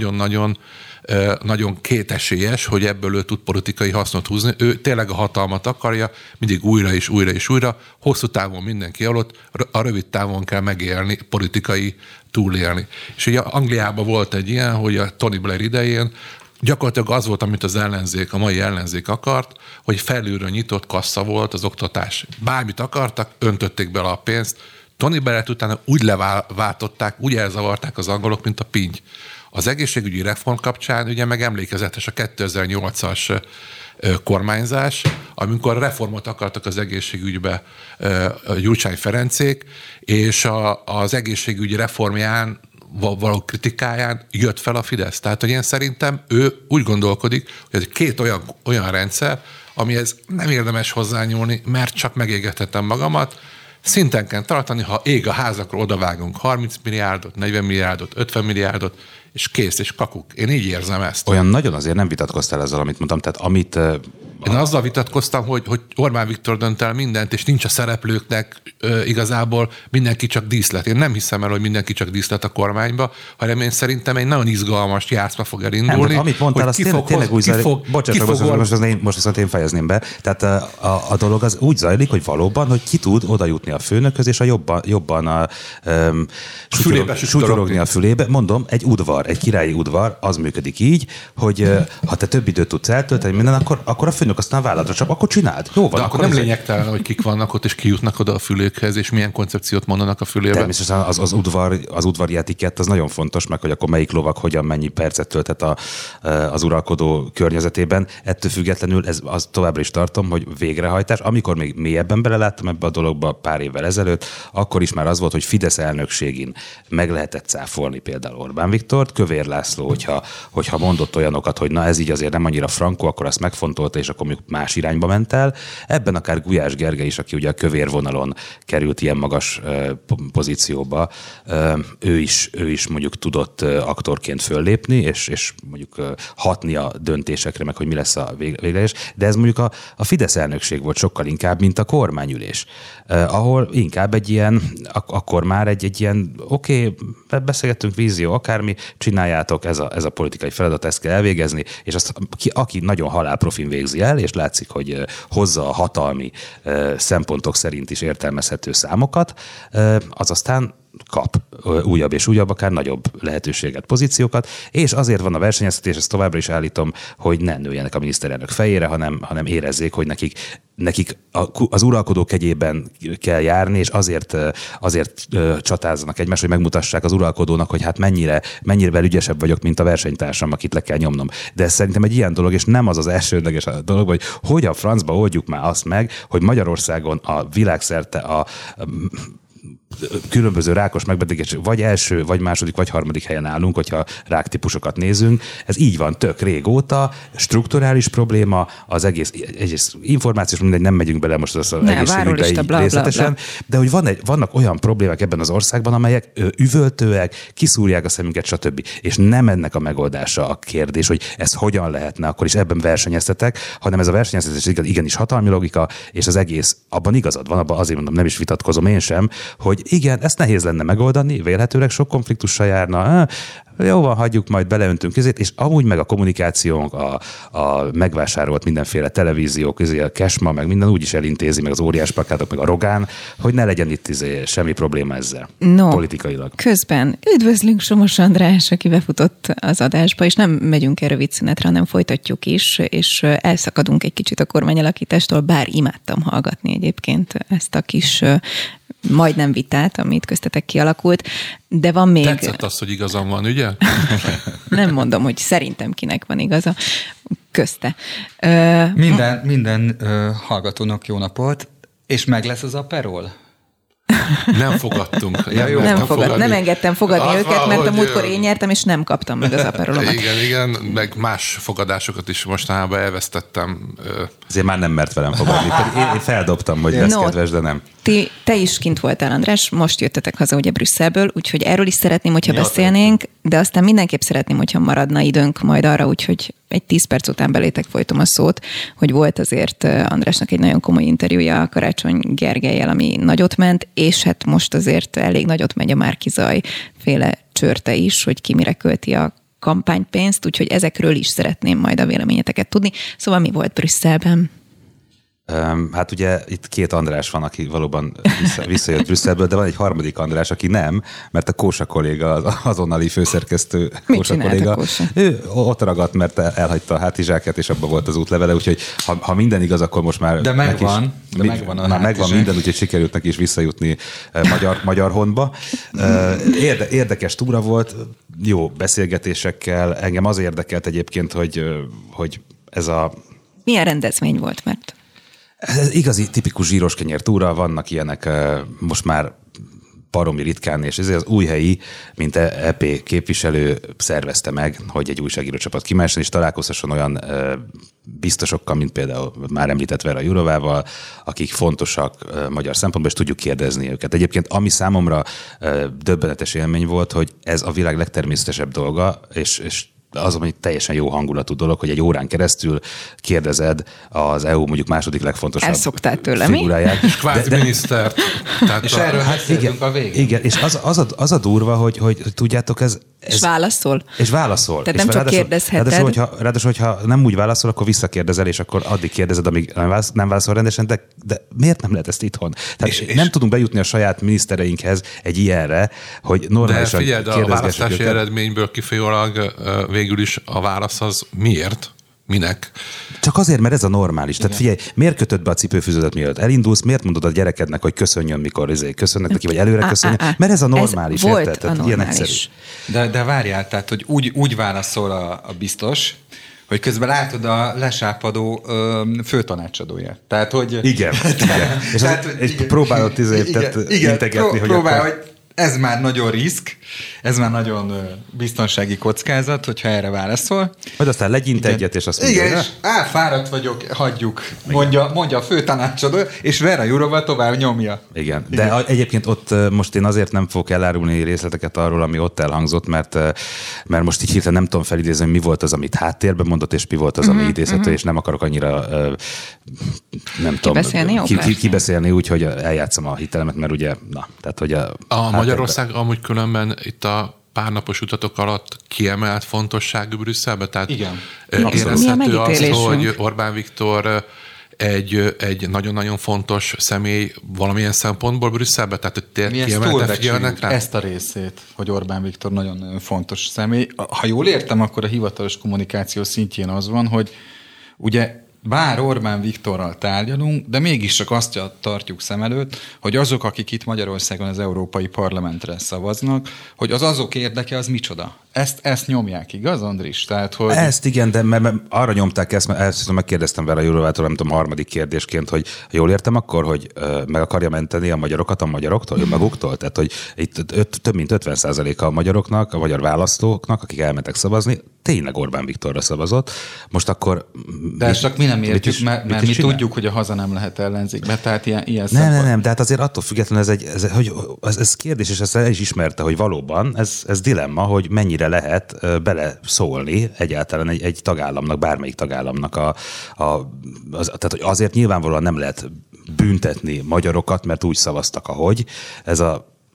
Speaker 4: nagyon kétesélyes, hogy ebből ő tud politikai hasznot húzni. Ő tényleg a hatalmat akarja, mindig újra és újra és újra. Hosszú távon mindenki alatt, a rövid távon kell megélni, politikai túlélni. És ugye Angliában volt egy ilyen, hogy a Tony Blair idején gyakorlatilag az volt, amit az ellenzék, a mai ellenzék akart, hogy felülről nyitott kassa volt az oktatás. Bármit akartak, öntötték bele a pénzt. Tony Blairt utána úgy leváltották, úgy elzavarták az angolok, mint a pinty. Az egészségügyi reform kapcsán ugye meg emlékezetes a 2008-as kormányzás, amikor reformot akartak az egészségügybe Gyurcsány Ferencék, és az egészségügyi reformján való kritikáján jött fel a Fidesz. Tehát, hogy én szerintem ő úgy gondolkodik, hogy ez két olyan rendszer, amihez nem érdemes hozzányúlni, mert csak megégethetem magamat, szinten kell tartani, ha ég a házakról odavágunk 30 milliárdot, 40 milliárdot, 50 milliárdot, és kész, és kakuk. Én így érzem ezt.
Speaker 3: Olyan nagyon azért nem vitatkoztál ezzel, amit mondtam, tehát amit...
Speaker 4: Én azzal vitatkoztam, hogy Orbán Viktor dönt el mindent, és nincs a szereplőknek igazából mindenki csak díszlet. Én nem hiszem el, hogy mindenki csak díszlet a kormányba, hanem én szerintem egy nagyon izgalmas játszma fog elindulni.
Speaker 3: Nem, amit mondtál, az tényleg úgy zajlik. Most viszont én fejezném be. Tehát a dolog az úgy zajlik, hogy valóban, hogy ki tud oda jutni a főnökhöz, és jobban sutyorogni a fülébe. Mondom, egy udvar, egy királyi udvar, az működik így, hogy ha te több időt tudsz eltölteni minden, akkor a főnök aztán vállalatra csak, akkor csináld. Jó van.
Speaker 4: De akkor nem lényegtelen, hogy kik vannak ott, és ki jutnak oda a fülőkhez, és milyen koncepciót mondanak a fülébe.
Speaker 3: Természetesen az udvari etikett az nagyon fontos, meg hogy akkor melyik lovag hogyan mennyi percet tölthet az uralkodó környezetében. Ettől függetlenül az továbbra is tartom, hogy végrehajtás. Amikor még mélyebben beleláttam ebbe a dologba pár évvel ezelőtt, akkor is már az volt, hogy Fidesz elnökségén meg lehetett cáfolni például Orbán Viktort. Kövér László, hogyha mondott olyanokat, hogy na ez így azért nem annyira frankó, akkor azt megfontolta, és akkor mondjuk más irányba ment el. Ebben akár Gulyás Gergely is, aki ugye a kövér vonalon került ilyen magas pozícióba, ő is mondjuk tudott aktorként föllépni, és mondjuk hatni a döntésekre, meg hogy mi lesz a végleges. De ez mondjuk a Fidesz elnökség volt sokkal inkább, mint a kormányülés, ahol inkább egy ilyen, akkor már egy ilyen oké, beszélgettünk, vízió, akármi, csináljátok, ez a politikai feladat, ezt kell elvégezni, és azt aki nagyon halálprofin végzi el, és látszik, hogy hozza a hatalmi szempontok szerint is értelmezhető számokat, az aztán kap újabb és újabb, akár nagyobb lehetőséget, pozíciókat, és azért van a versenyeztetés, ezt továbbra is állítom, hogy ne nőjenek a miniszterelnök fejére, hanem érezzék, hogy nekik az uralkodó kegyében kell járni, és azért csatázzanak egymást, hogy megmutassák az uralkodónak, hogy hát mennyire ügyesebb vagyok, mint a versenytársam, akit le kell nyomnom. De ez szerintem egy ilyen dolog, és nem az elsődleges dolog, hogy a francba oldjuk már azt meg, hogy Magyarországon a világszerte a különböző rákos megbetegedés vagy első, vagy második, vagy harmadik helyen állunk, hogyha ráktípusokat nézünk. Ez így van tök régóta, strukturális probléma, az egész információs, mindegy, nem megyünk bele most az egészségügybe részletesen, de hogy vannak olyan problémák ebben az országban, amelyek üvöltőek, kiszúrják a szemünket, stb. És nem ennek a megoldása a kérdés, hogy ez hogyan lehetne, akkor is ebben versenyeztetek, hanem ez a versenyeztetés igenis hatalmi logika, és az egész, abban igazad van, abban azért mondom, nem is vitatkozom én sem, hogy igen, ezt nehéz lenne megoldani, vélhetőleg sok konfliktussal járna, jó van, hagyjuk, majd beleöntünk közét, és amúgy meg a kommunikációnk, a megvásárolt mindenféle televízió közé, a Kesma, meg minden úgy is elintézi, meg az óriás plakátok, meg a Rogán, hogy ne legyen itt semmi probléma ezzel politikailag.
Speaker 2: Közben üdvözlünk Somos András, aki befutott az adásba, és nem megyünk el rövid szünetre, hanem folytatjuk is, és elszakadunk egy kicsit a kormányalakítástól, bár imádtam hallgatni egyébként ezt a kis majdnem vitát, amit köztetek kialakult, de van még...
Speaker 4: Tetszett az, hogy igazam van, ugye?
Speaker 2: Nem mondom, hogy szerintem kinek van igaza, közte.
Speaker 5: Minden hallgatónak jó napot, és meg lesz az Aperol?
Speaker 4: Nem fogadtunk.
Speaker 2: Nem engedtem fogadni őket, mert a múltkor én nyertem, és nem kaptam meg az Aperolomat.
Speaker 4: Igen, meg más fogadásokat is mostanában elvesztettem.
Speaker 3: Ezért már nem mert velem fogadni. Én feldobtam, hogy lesz kedves, de nem.
Speaker 2: Te is kint voltál, András, most jöttetek haza ugye Brüsszelből, úgyhogy erről is szeretném, hogyha beszélnénk, de aztán mindenképp szeretném, hogyha maradna időnk majd arra, úgyhogy egy 10 perc után belétek folytom a szót, hogy volt azért Andrásnak egy nagyon komoly interjúja Karácsony Gergellyel, ami nagyot ment, és hát most azért elég nagyot megy a Márki-Zay féle csörte is, hogy ki mire költi a kampánypénzt, úgyhogy ezekről is szeretném majd a véleményeteket tudni. Szóval mi volt Brüsszelben?
Speaker 3: Hát ugye itt 2 András van, aki valóban visszajött Brüsszelből, de van egy harmadik András, aki nem, mert a Kósa kolléga, az azonnali főszerkesztő Kósa kolléga.
Speaker 2: Kósa?
Speaker 3: Ő ott ragadt, mert elhagyta a hátizsákját, és abban volt az útlevele, úgyhogy ha minden igaz, akkor most már...
Speaker 5: De megvan.
Speaker 3: Megvan minden, úgyhogy sikerült neki is visszajutni Magyar Honba. Érdekes túra volt, jó beszélgetésekkel. Engem az érdekelt egyébként, hogy ez a...
Speaker 2: Milyen rendezvény volt, mert...
Speaker 3: Ez igazi, tipikus zsíros kenyér túra, vannak ilyenek most már baromi ritkán, és ezért az Újhelyi, mint EP képviselő szervezte meg, hogy egy újságírócsapat kimehessen, és találkozhasson olyan biztosokkal, mint például már említett Vera Jourovával, akik fontosak magyar szempontból, és tudjuk kérdezni őket. Egyébként ami számomra döbbenetes élmény volt, hogy ez a világ legtermészetesebb dolga, és az, ami teljesen jó hangulatú dolog, hogy egy órán keresztül kérdezed az EU mondjuk második legfontosabb figuráját.
Speaker 4: És kvázi minisztert.
Speaker 5: És erről beszélünk a végén.
Speaker 3: Igen, és az a durva, hogy tudjátok, ez...
Speaker 2: És válaszol?
Speaker 3: És válaszol.
Speaker 2: Tehát nem csak kérdezheted.
Speaker 3: Ráadásul, hogyha nem úgy válaszol, akkor visszakérdezel, és akkor addig kérdezed, amíg nem válaszol rendesen, de miért nem lehet ezt itthon? Tehát nem tudunk bejutni a saját minisztereinkhez egy ilyenre, hogy normálisan
Speaker 4: kérdezgessük őket. De a választási eredményből kifolyólag végül is a válasz az miért? Minek?
Speaker 3: Csak azért, mert ez a normális. Tehát figyelj, miért kötöd be a cipőfűződet, mielőtt elindulsz, miért mondod a gyerekednek, hogy köszönjön, mikor köszönnek neki, vagy előre köszönjön? Mert ez a normális,
Speaker 2: ez
Speaker 3: érted? Tehát ilyen egyszerű.
Speaker 5: De várjál, tehát, hogy úgy válaszol a biztos, hogy közben látod a lesápadó főtanácsadóját. Tehát, hogy...
Speaker 3: Igen. És próbálod integetni, hogy
Speaker 5: próbál, hogy ez már nagyon risk, ez már nagyon biztonsági kockázat, hogyha erre válaszol.
Speaker 3: Majd aztán legyint egyet, és azt mondja.
Speaker 5: Igen, és fáradt vagyok, hagyjuk, mondja a főtanácsadó, és Vera Jourova tovább nyomja.
Speaker 3: Igen, de egyébként ott most én azért nem fogok elárulni részleteket arról, ami ott elhangzott, mert most így hirtelen nem tudom felidézni, hogy mi volt az, amit háttérben mondott, és mi volt az, ami idézhető, és nem akarok annyira kibeszélni úgy, hogy eljátszom a hitelemet, mert ugye, tehát hogy
Speaker 4: Magyarország amúgy különben itt a párnapos utatok alatt kiemelt fontosságú Brüsszelbe? Tehát
Speaker 5: igen.
Speaker 4: Érezhető az, hogy Orbán Viktor egy nagyon-nagyon fontos személy valamilyen szempontból Brüsszelbe? Tehát
Speaker 5: mi ezt túlbecsüljük ezt a részét, hogy Orbán Viktor nagyon fontos személy. Ha jól értem, akkor a hivatalos kommunikáció szintjén az van, hogy ugye bár Orbán Viktorral tárgyalunk, de mégis csak azt tartjuk szem előtt, hogy azok, akik itt Magyarországon az Európai Parlamentre szavaznak, hogy az azok érdeke az micsoda. Ezt nyomják, igaz, Andris? Tehát, hogy...
Speaker 3: Ezt igen, de mert arra nyomták ezt, mert ezt megkérdeztem Vera Jourovától, nem tudom, harmadik kérdésként, hogy jól értem akkor, hogy meg akarja menteni a magyarokat a magyaroktól, maguktól? Tehát, hogy itt több mint 50%-a a magyaroknak, a magyar választóknak, akik elmentek szavazni, tényleg Orbán Viktorra szavazott. Most akkor...
Speaker 5: De ezt csak mi nem értjük, mert mi tudjuk, hogy a haza nem lehet ellenzékbe, tehát ilyen
Speaker 3: Nem, de hát azért attól függetlenül ez kérdés, és ezt el is ismerte, hogy valóban ez dilemma, hogy mennyire lehet beleszólni egyáltalán egy tagállamnak, bármelyik tagállamnak tehát, hogy azért nyilvánvalóan nem lehet büntetni magyarokat, mert úgy szavaztak, ahogy. Ez a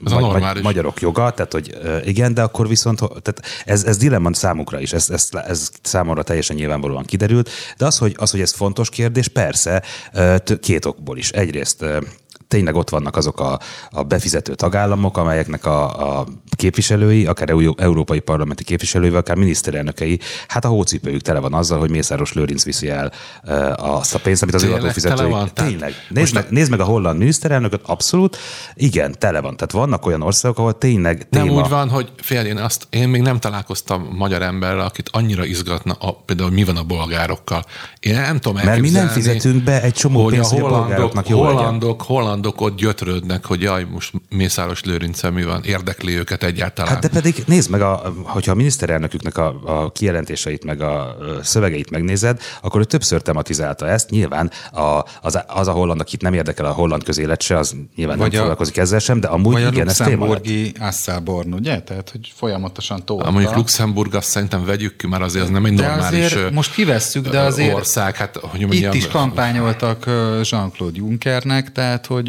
Speaker 3: magyarok joga, tehát hogy igen, de akkor viszont tehát ez dilemma számukra is, ez számomra teljesen nyilvánvalóan kiderült, de az, hogy ez fontos kérdés, persze két okból is. Egyrészt tényleg ott vannak azok a befizető tagállamok, amelyeknek a képviselői, akár európai parlamenti képviselői, akár miniszterelnökei, hát a hócipőjük tele van azzal, hogy Mészáros Lőrinc viszi el azt a pénzt, amit az ő adófizetői. Tényleg. Nézd meg a holland miniszterelnököt, abszolút. Igen, tele van. Tehát vannak olyan országok, ahol tényleg téma.
Speaker 4: Nem úgy van, hogy én még nem találkoztam magyar emberrel, akit annyira izgatna például mi van a bolgárokkal. Én nem tudom elképzelni.
Speaker 3: Mert mi nem fizetünk be egy csomó pénzt, hogy a bolgároknak jó legyen.
Speaker 4: Hollandok ott gyötrődnek, hogy jaj, most Mészáros Lőrinccel mi van, érdekli őket egyáltalán.
Speaker 3: Hát de pedig nézd meg, hogyha a miniszterelnöküknek a kijelentéseit, meg a szövegeit megnézed, akkor ő többször tematizálta ezt. Nyilván az a holland, akit nem érdekel a holland közélet se, az nyilván vagy nem foglalkozik ezzel sem, de amúgy igen, ez téma lett.
Speaker 5: Vagy a luxemburgi Asselborn, ugye? Tehát, hogy folyamatosan tolta.
Speaker 4: Mondjuk Luxemburg, azt szerintem vegyük ki, mert azért az nem egy normális
Speaker 5: most kivesszük, de azért
Speaker 4: ország. Hát, hogy
Speaker 5: itt is kampányoltak Jean-Claude Junckernek, tehát, hogy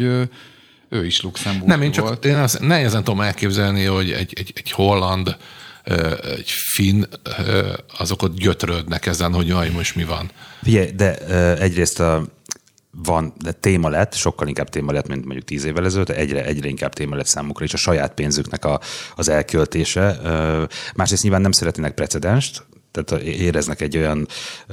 Speaker 5: ő is Luxemburg
Speaker 4: nem, volt. Én azt nehezen tudom elképzelni, hogy egy holland, egy finn, azok ott gyötrődnek ezen, hogy jaj, most mi van.
Speaker 3: Figyelj, de egyrészt van, de téma lett, sokkal inkább téma lett, mint mondjuk 10 évvel ezelőtt, egyre inkább téma lett számukra is a saját pénzüknek az elköltése. Másrészt nyilván nem szeretnének precedenst, tehát éreznek egy olyan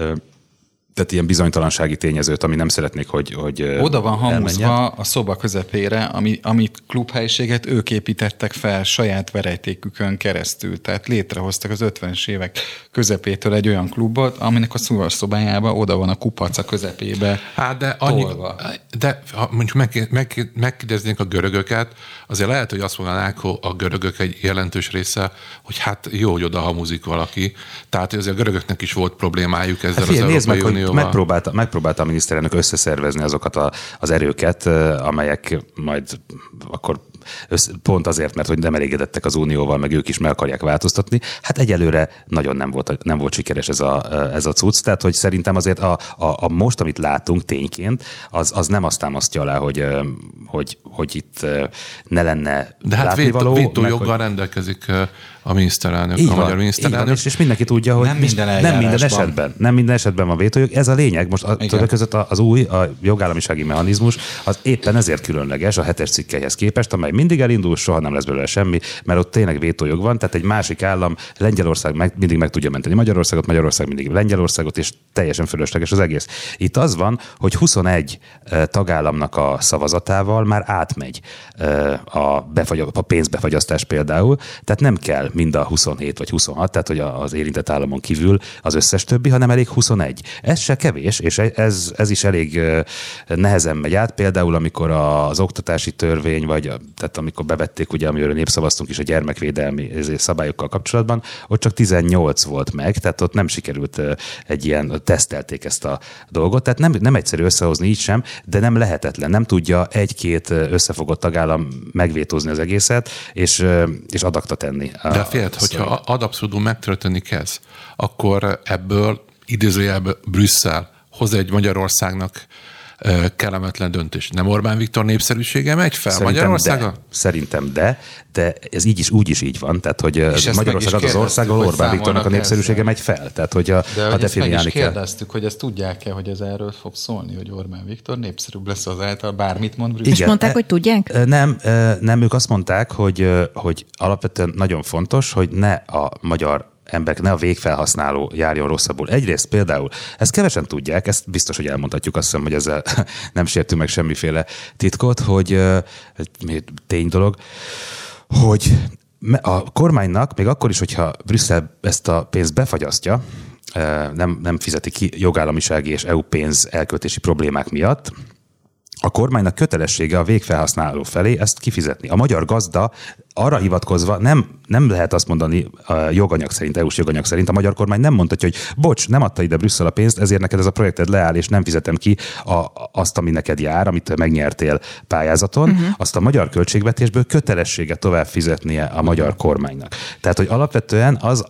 Speaker 3: tehát ilyen bizonytalansági tényezőt, ami nem szeretnék, hogy
Speaker 5: oda van hamuzva a szoba közepére, amit klubhelyiséget ők építettek fel saját verejtékükön keresztül. Tehát létrehoztak az 50-es évek közepétől egy olyan klubot, aminek a szobájában oda van a kupac a közepébe tolva.
Speaker 4: De ha mondjuk megkérdeznénk a görögöket, azért lehet, hogy azt mondanák a görögök egy jelentős része, hogy hát jó, hogy oda hamuzik valaki. Tehát azért a görögöknek is volt problémájuk ezzel az Európai Unióval.
Speaker 3: Megpróbálta a miniszterelnök összeszervezni azokat az erőket, amelyek majd akkor pont azért, mert hogy nem elégedettek az unióval, meg ők is meg akarják változtatni. Hát egyelőre nagyon nem volt sikeres ez a cucc, tehát hogy szerintem azért a most, amit látunk tényként, az nem azt támasztja alá, hogy itt ne lenne
Speaker 4: de hát vétójoggal rendelkezik a miniszterelnök, a magyar miniszterelnök.
Speaker 3: És mindenki tudja, hogy nem minden esetben van vétójog. Ez a lényeg. Most többek között a jogállamisági mechanizmus az éppen ezért különleges a 7-es cikkelyhez képest, amely mindig elindul, soha nem lesz belőle semmi, mert ott tényleg vétójog van, tehát egy másik állam, Lengyelország mindig meg tudja menteni Magyarországot, Magyarország mindig Lengyelországot, és teljesen fölösleges az egész. Itt az van, hogy 21 tagállamnak a szavazatával már átmegy a pénzbefagyasztás például, tehát nem kell mind a 27 vagy 26, tehát hogy az érintett államon kívül az összes többi, hanem elég 21. Ez se kevés, és ez is elég nehezen megy át. Például, amikor az oktatási törvény, tehát amikor bevették, ugye, amiről népszavaztunk is a gyermekvédelmi szabályokkal kapcsolatban, ott csak 18 volt meg, tehát ott nem sikerült egy ilyen, tesztelték ezt a dolgot, tehát nem egyszerű összehozni így sem, de nem lehetetlen, nem tudja egy-két összefogott tagállam megvétózni az egészet, és adakta tenni.
Speaker 4: De félt, hogyha ad abszurdum megtörténni kezd, akkor ebből idézőjelben Brüsszel hoz egy Magyarországnak kellemetlen döntés. Nem Orbán Viktor népszerűsége megy fel Magyarországon?
Speaker 3: Szerintem de ez úgy is így van. Tehát, hogy Magyarország az ország, ahol Orbán Viktornak a népszerűsége megy fel. Tehát, hogy
Speaker 5: ezt meg is kérdeztük, hogy ezt tudják-e, hogy ez erről fog szólni, hogy Orbán Viktor népszerűbb lesz azáltal, bármit mond Brüsszel.
Speaker 2: És mondták, hogy tudják?
Speaker 3: Nem, ők azt mondták, hogy alapvetően nagyon fontos, hogy ne a magyar emberek, ne a végfelhasználó járjon rosszabbul. Egyrészt például, ezt kevesen tudják, ezt biztos, hogy elmondhatjuk, azt hiszem, hogy ezzel nem sértünk meg semmiféle titkot, hogy tény dolog, hogy a kormánynak, még akkor is, hogyha Brüsszel ezt a pénzt befagyasztja, nem fizeti ki jogállamisági és EU pénz elköltési problémák miatt, a kormánynak kötelessége a végfelhasználó felé ezt kifizetni. A magyar gazda arra hivatkozva nem lehet azt mondani joganyag szerint, EU-s joganyag szerint, a magyar kormány nem mondhatja, hogy bocs, nem adta ide Brüsszel a pénzt, ezért neked ez a projekted leáll, és nem fizetem ki azt, ami neked jár, amit megnyertél pályázaton, azt a magyar költségvetésből kötelessége tovább fizetnie a magyar kormánynak. Tehát, hogy alapvetően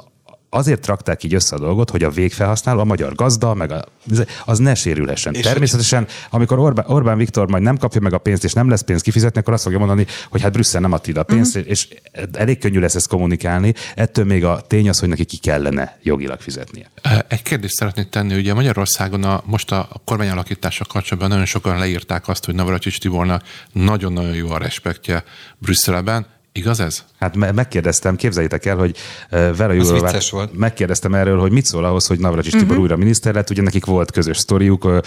Speaker 3: azért rakták így össze a dolgot, hogy a végfelhasználó, a magyar gazda, meg az ne sérülhessen. És természetesen, amikor Orbán Viktor majd nem kapja meg a pénzt, és nem lesz pénz kifizetni, akkor azt fogja mondani, hogy hát Brüsszel nem adta ide a pénzt, és elég könnyű lesz ezt kommunikálni. Ettől még a tény az, hogy neki ki kellene jogilag fizetnie.
Speaker 4: Egy kérdést szeretnék tenni, ugye Magyarországon most a kormányalakítással kapcsolatban nagyon sokan leírták azt, hogy Navracsics Tibornak nagyon-nagyon jó a respektje Brüsszelben. Igaz ez?
Speaker 3: Hát megkérdeztem, képzeljétek el, hogy Vera Jourovát megkérdeztem erről, hogy mit szól ahhoz, hogy Navracsics Tibor újra miniszter lett. Ugye nekik volt közös sztoriuk,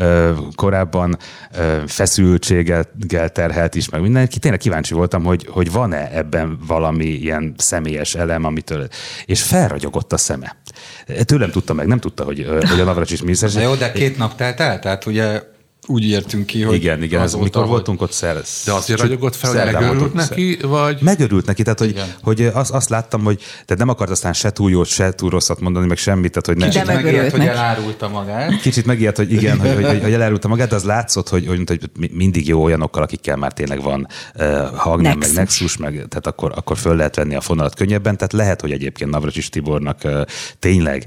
Speaker 3: korábban feszültséggel terhelt is, meg mindenki. Tényleg kíváncsi voltam, hogy van-e ebben valami ilyen személyes elem, amitől... És felragyogott a szeme. Tőlem tudta meg, nem tudta, hogy a Navracsics miniszter.
Speaker 5: De jó, de 2 nap telt el, tehát ugye úgy értünk ki, hogy...
Speaker 3: Igen, ez mikor voltunk ott
Speaker 4: De azért ragyogott fel, hogy megörült neki, vagy...
Speaker 3: Megörült neki, tehát hogy azt láttam, hogy tehát nem akart aztán se túl jót, se túl rosszat mondani, meg semmit, tehát hogy
Speaker 5: Kicsit megijedt, hogy elárulta magát.
Speaker 3: Kicsit megijedt, hogy igen, hogy elárulta magát, de az látszott, hogy mindig jó olyanokkal, akikkel már tényleg van hangnem, meg nexus, meg tehát akkor föl lehet venni a fonalat könnyebben, tehát lehet, hogy egyébként Navracsics Tibornak tényleg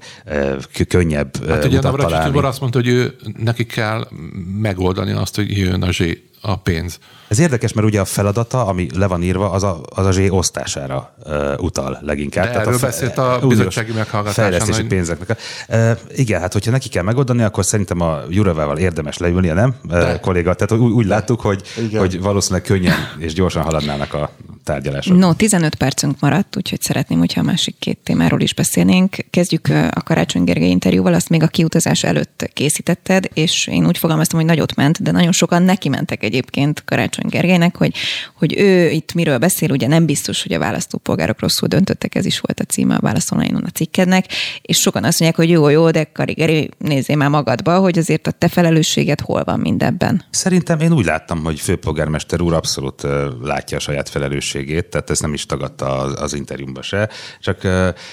Speaker 3: könnyebb
Speaker 4: hát ugye Navracsics Tibor azt mondta, hogy ő neki kell megoldani azt, hogy jön a pénz.
Speaker 3: Ez érdekes, mert ugye a feladata, ami le van írva, az a zsé osztására utal leginkább.
Speaker 4: De erről beszélt a bizottsági meghallgatáson. Fejlesztési
Speaker 3: pénzeknek. Igen, hát hogyha neki kell megoldani, akkor szerintem a Jourovával érdemes leülnie, nem? Kolléga, tehát úgy láttuk, hogy valószínűleg könnyen és gyorsan haladnának a tárgyalások.
Speaker 2: No, 15 percünk maradt, úgyhogy szeretném, hogyha a másik 2 témáról is beszélnénk. Kezdjük a Karácsony Gergely interjúval, azt még a kiutazás előtt készítetted, és én úgy fogalmaztam, hogy nagyot ment, de nagyon sokan neki mentek egyébként Karácsony Gergelynek, hogy ő itt miről beszél, ugye nem biztos, hogy a választópolgárok rosszul döntöttek, ez is volt a címe a válaszolnainon a cikkednek, és sokan azt mondják, hogy jó, de Geri, nézzél már magadba, hogy azért a te felelősséged hol van mindebben.
Speaker 3: Szerintem én úgy láttam, hogy főpolgármester úr abszolút látja a saját felelősségét, tehát ezt nem is tagadta az interjúmban se, csak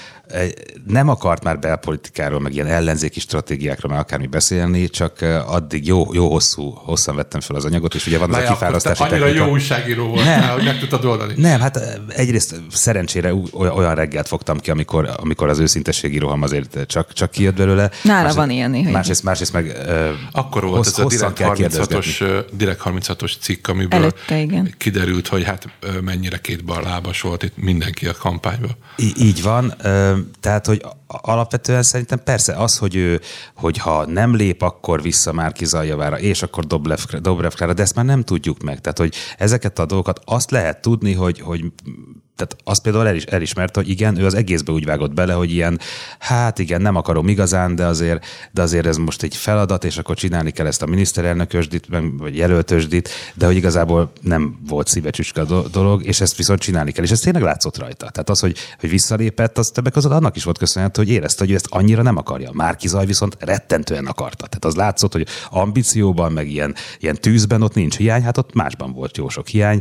Speaker 3: nem akart már belpolitikáról, meg ilyen ellenzéki stratégiákról már akármi beszélni, csak addig jó hosszan vettem fel az anyagot, és ugye van az a kifárasztási
Speaker 4: technika. Annyira jó újságíró voltál, hogy meg tudtad oldani.
Speaker 3: Nem, hát egyrészt szerencsére olyan reggelt fogtam ki, amikor az őszintességi roham azért csak kijött belőle.
Speaker 2: Nála van ilyen néha.
Speaker 3: Másrészt meg
Speaker 4: akkor volt ez a Direkt 36-os cikk, amiből
Speaker 2: előtte,
Speaker 4: kiderült, hogy hát mennyire kétlábas volt itt mindenki a kampányban.
Speaker 3: Így van. Tehát, hogy alapvetően szerintem persze az, hogy ha nem lép, akkor vissza Márki Zajjavára, és akkor Dobrev Klára, de ezt már nem tudjuk meg. Tehát, hogy ezeket a dolgokat azt lehet tudni, hogy tehát azt például elismerte, hogy igen, ő az egészbe úgy vágott bele, hogy ilyen, hát igen, nem akarom igazán, de azért ez most egy feladat, és akkor csinálni kell ezt a miniszterelnökösdit, vagy jelöltösdit, de hogy igazából nem volt szívecsücske a dolog, és ezt viszont csinálni kell. És ez tényleg látszott rajta. Tehát az, hogy visszalépett, az többek között annak is volt köszönhető, hogy érezte, hogy ő ezt annyira nem akarja. Márki Zaj viszont rettentően akarta. Tehát az látszott, hogy ambícióban, meg ilyen tűzben ott nincs hiány, hát ott másban volt jó sok hiány,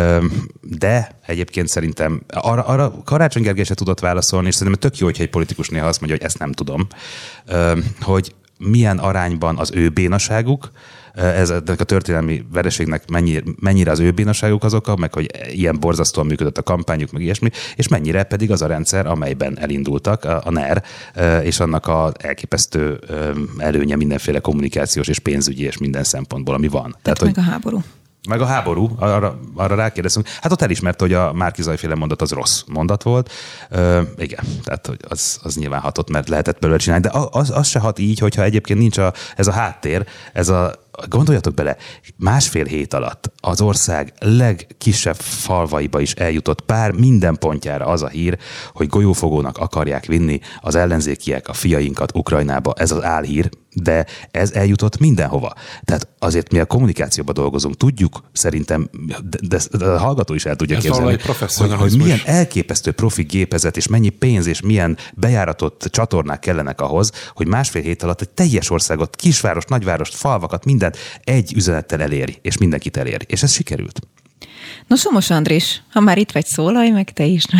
Speaker 3: de egyébként szerintem arra Karácsony Gergely se tudott válaszolni, és szerintem tök jó, hogyha egy politikus néha azt mondja, hogy ezt nem tudom, hogy milyen arányban az ő bénaságuk, ennek a történelmi vereségnek mennyire az ő bénaságuk azok, meg hogy ilyen borzasztóan működött a kampányuk, meg ilyesmi, és mennyire pedig az a rendszer, amelyben elindultak, a NER, és annak az elképesztő előnye mindenféle kommunikációs és pénzügyi és minden szempontból, ami van.
Speaker 2: Tehát meg a háború.
Speaker 3: Meg a háború, arra rákérdezünk. Hát ott elismerte, hogy a Márki Zaj-féle mondat az rossz mondat volt. Igen, tehát hogy az nyilván hatott, mert lehetett belőle csinálni, de az se hat így, hogyha egyébként nincs ez a háttér, gondoljatok bele, 1,5 hét alatt az ország legkisebb falvaiba is eljutott minden pontjára az a hír, hogy golyófogónak akarják vinni az ellenzékiek a fiainkat Ukrajnába. Ez az álhír, de ez eljutott mindenhova. Tehát azért mi a kommunikációban dolgozunk, tudjuk szerintem, de a hallgató is el tudja képzelni, hogy milyen elképesztő profi gépezet, és mennyi pénz, és milyen bejáratott csatornák kellenek ahhoz, hogy 1,5 hét alatt egy teljes országot, kisvárost, nagyvárost, falvakat, mindent egy üzenettel eléri, és mindenkit elér. És ez sikerült.
Speaker 2: No, Somos Andris, ha már itt vagy, szólalj meg te is.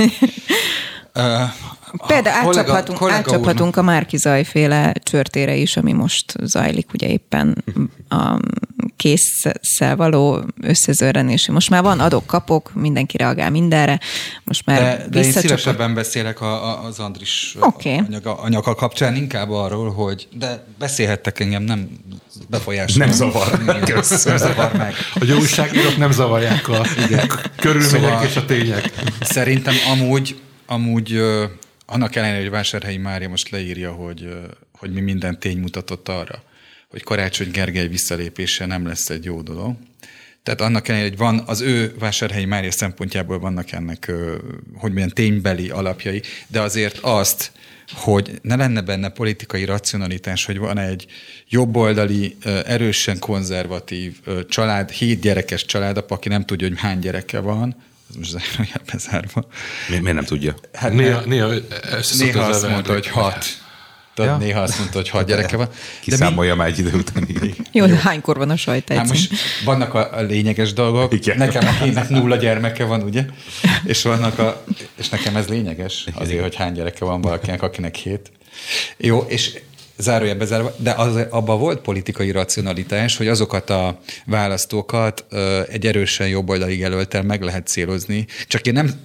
Speaker 2: Például átcsaphatunk a Márki Zaj-féle csörtére is, ami most zajlik ugye éppen a késszel való összezörrenés. Most már van adok-kapok, mindenki reagál mindenre. Most már
Speaker 5: de én szívesebben beszélek az Andris anyaga kapcsán, inkább arról, hogy de beszélhettek, engem nem befolyásol.
Speaker 3: Nem zavar.
Speaker 5: Nem zavar meg.
Speaker 4: A jó újságírók nem zavarják a körülmények és a tények.
Speaker 5: Szerintem amúgy annak ellenére, hogy Vásárhelyi Mária most leírja, hogy mi minden tény mutatott arra, hogy Karácsony Gergely visszalépése nem lesz egy jó dolog. Tehát annak ellenére, hogy van az ő Vásárhelyi Mária szempontjából vannak ennek, hogy milyen ténybeli alapjai, de azért azt, hogy ne lenne benne politikai racionalitás, hogy van egy jobboldali, erősen konzervatív család, 7 gyerekes családapa, aki nem tudja, hogy hány gyereke van, most zárójelbe zárva.
Speaker 3: Miért nem tudja?
Speaker 5: Hát
Speaker 4: néha
Speaker 5: azt mondta, hogy 6. Ja. Néha azt mondta, hogy 6 gyereke van.
Speaker 3: Kiszámolja már egy idő után.
Speaker 2: Jó, de hánykor van a sajt?
Speaker 5: Hát most vannak a lényeges dolgok. Igen. Nekem, akinek 0 gyermeke van, ugye? És nekem ez lényeges. Azért, hogy hány gyereke van valakinek, akinek 7. Jó, és zárójelbe zárva, de abban volt politikai racionalitás, hogy azokat a választókat egy erősen jobboldali jelölttel meg lehet célozni. Csak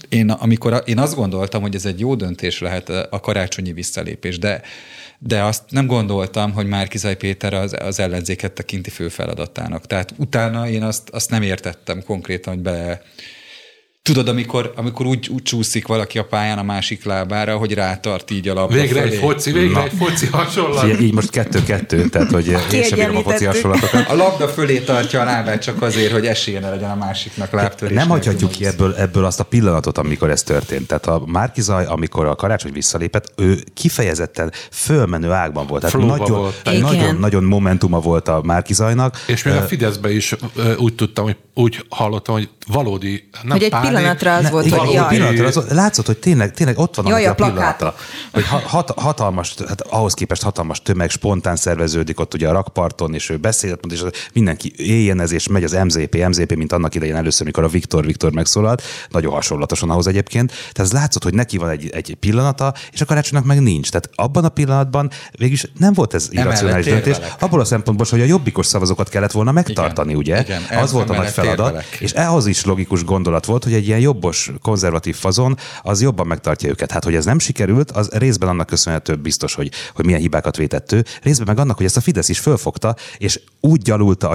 Speaker 5: én azt gondoltam, hogy ez egy jó döntés lehet a karácsonyi visszalépés, de azt nem gondoltam, hogy Márki-Zay Péter az ellenzéket tekinti fő feladatának. Tehát utána én azt nem értettem konkrétan, hogy tudod, amikor úgy csúszik valaki a pályán a másik lábára, hogy rátart így a labda
Speaker 4: végre egy foci hasonlat.
Speaker 3: Így most 2-2, tehát hogy én sem bírom a foci hasonlatokat.
Speaker 5: A labda fölé tartja a lábát csak azért, hogy esélye ne legyen a másiknak lábtörés.
Speaker 3: Nem hagyhatjuk ki ebből azt a pillanatot, amikor ez történt. Tehát a Márki-Zay, amikor a Karácsony visszalépett, ő kifejezetten fölmenő ágban volt. Tehát nagyon momentuma volt a Márki-Zaynak.
Speaker 4: És még a Fideszben is úgy tudtam, hogy úgy hallottam, hogy valódi, nem
Speaker 2: hogy egy pillanatra az volt, hogy jaj.
Speaker 3: Látszott, hogy tényleg ott van a pillanata, hogy hatalmas, hát ahhoz képest hatalmas tömeg spontán szerveződik ott ugye a rakparton, és ő beszélt, és mindenki éljenez, és megy az MZP, mint annak idején először, mikor a Viktor megszólalt, nagyon hasonlatosan ahhoz egyébként. Tehát ez látszott, hogy neki van egy pillanata, és a Karácsonynak meg nincs. Tehát abban a pillanatban végülis nem volt ez irracionális döntés. Abból a szempontból, hogy a jobbikos szavazókat kellett volna megtartani, ugye?
Speaker 5: Igen,
Speaker 3: az volt a nagy feladat, és ehhoz is logikus gondolat volt, hogy egy ilyen jobbos, konzervatív fazon az jobban megtartja őket. Hát, hogy ez nem sikerült, az részben annak köszönhető biztos, hogy milyen hibákat vétett ő, részben meg annak, hogy ezt a Fidesz is fölfogta, és úgy gyalulta a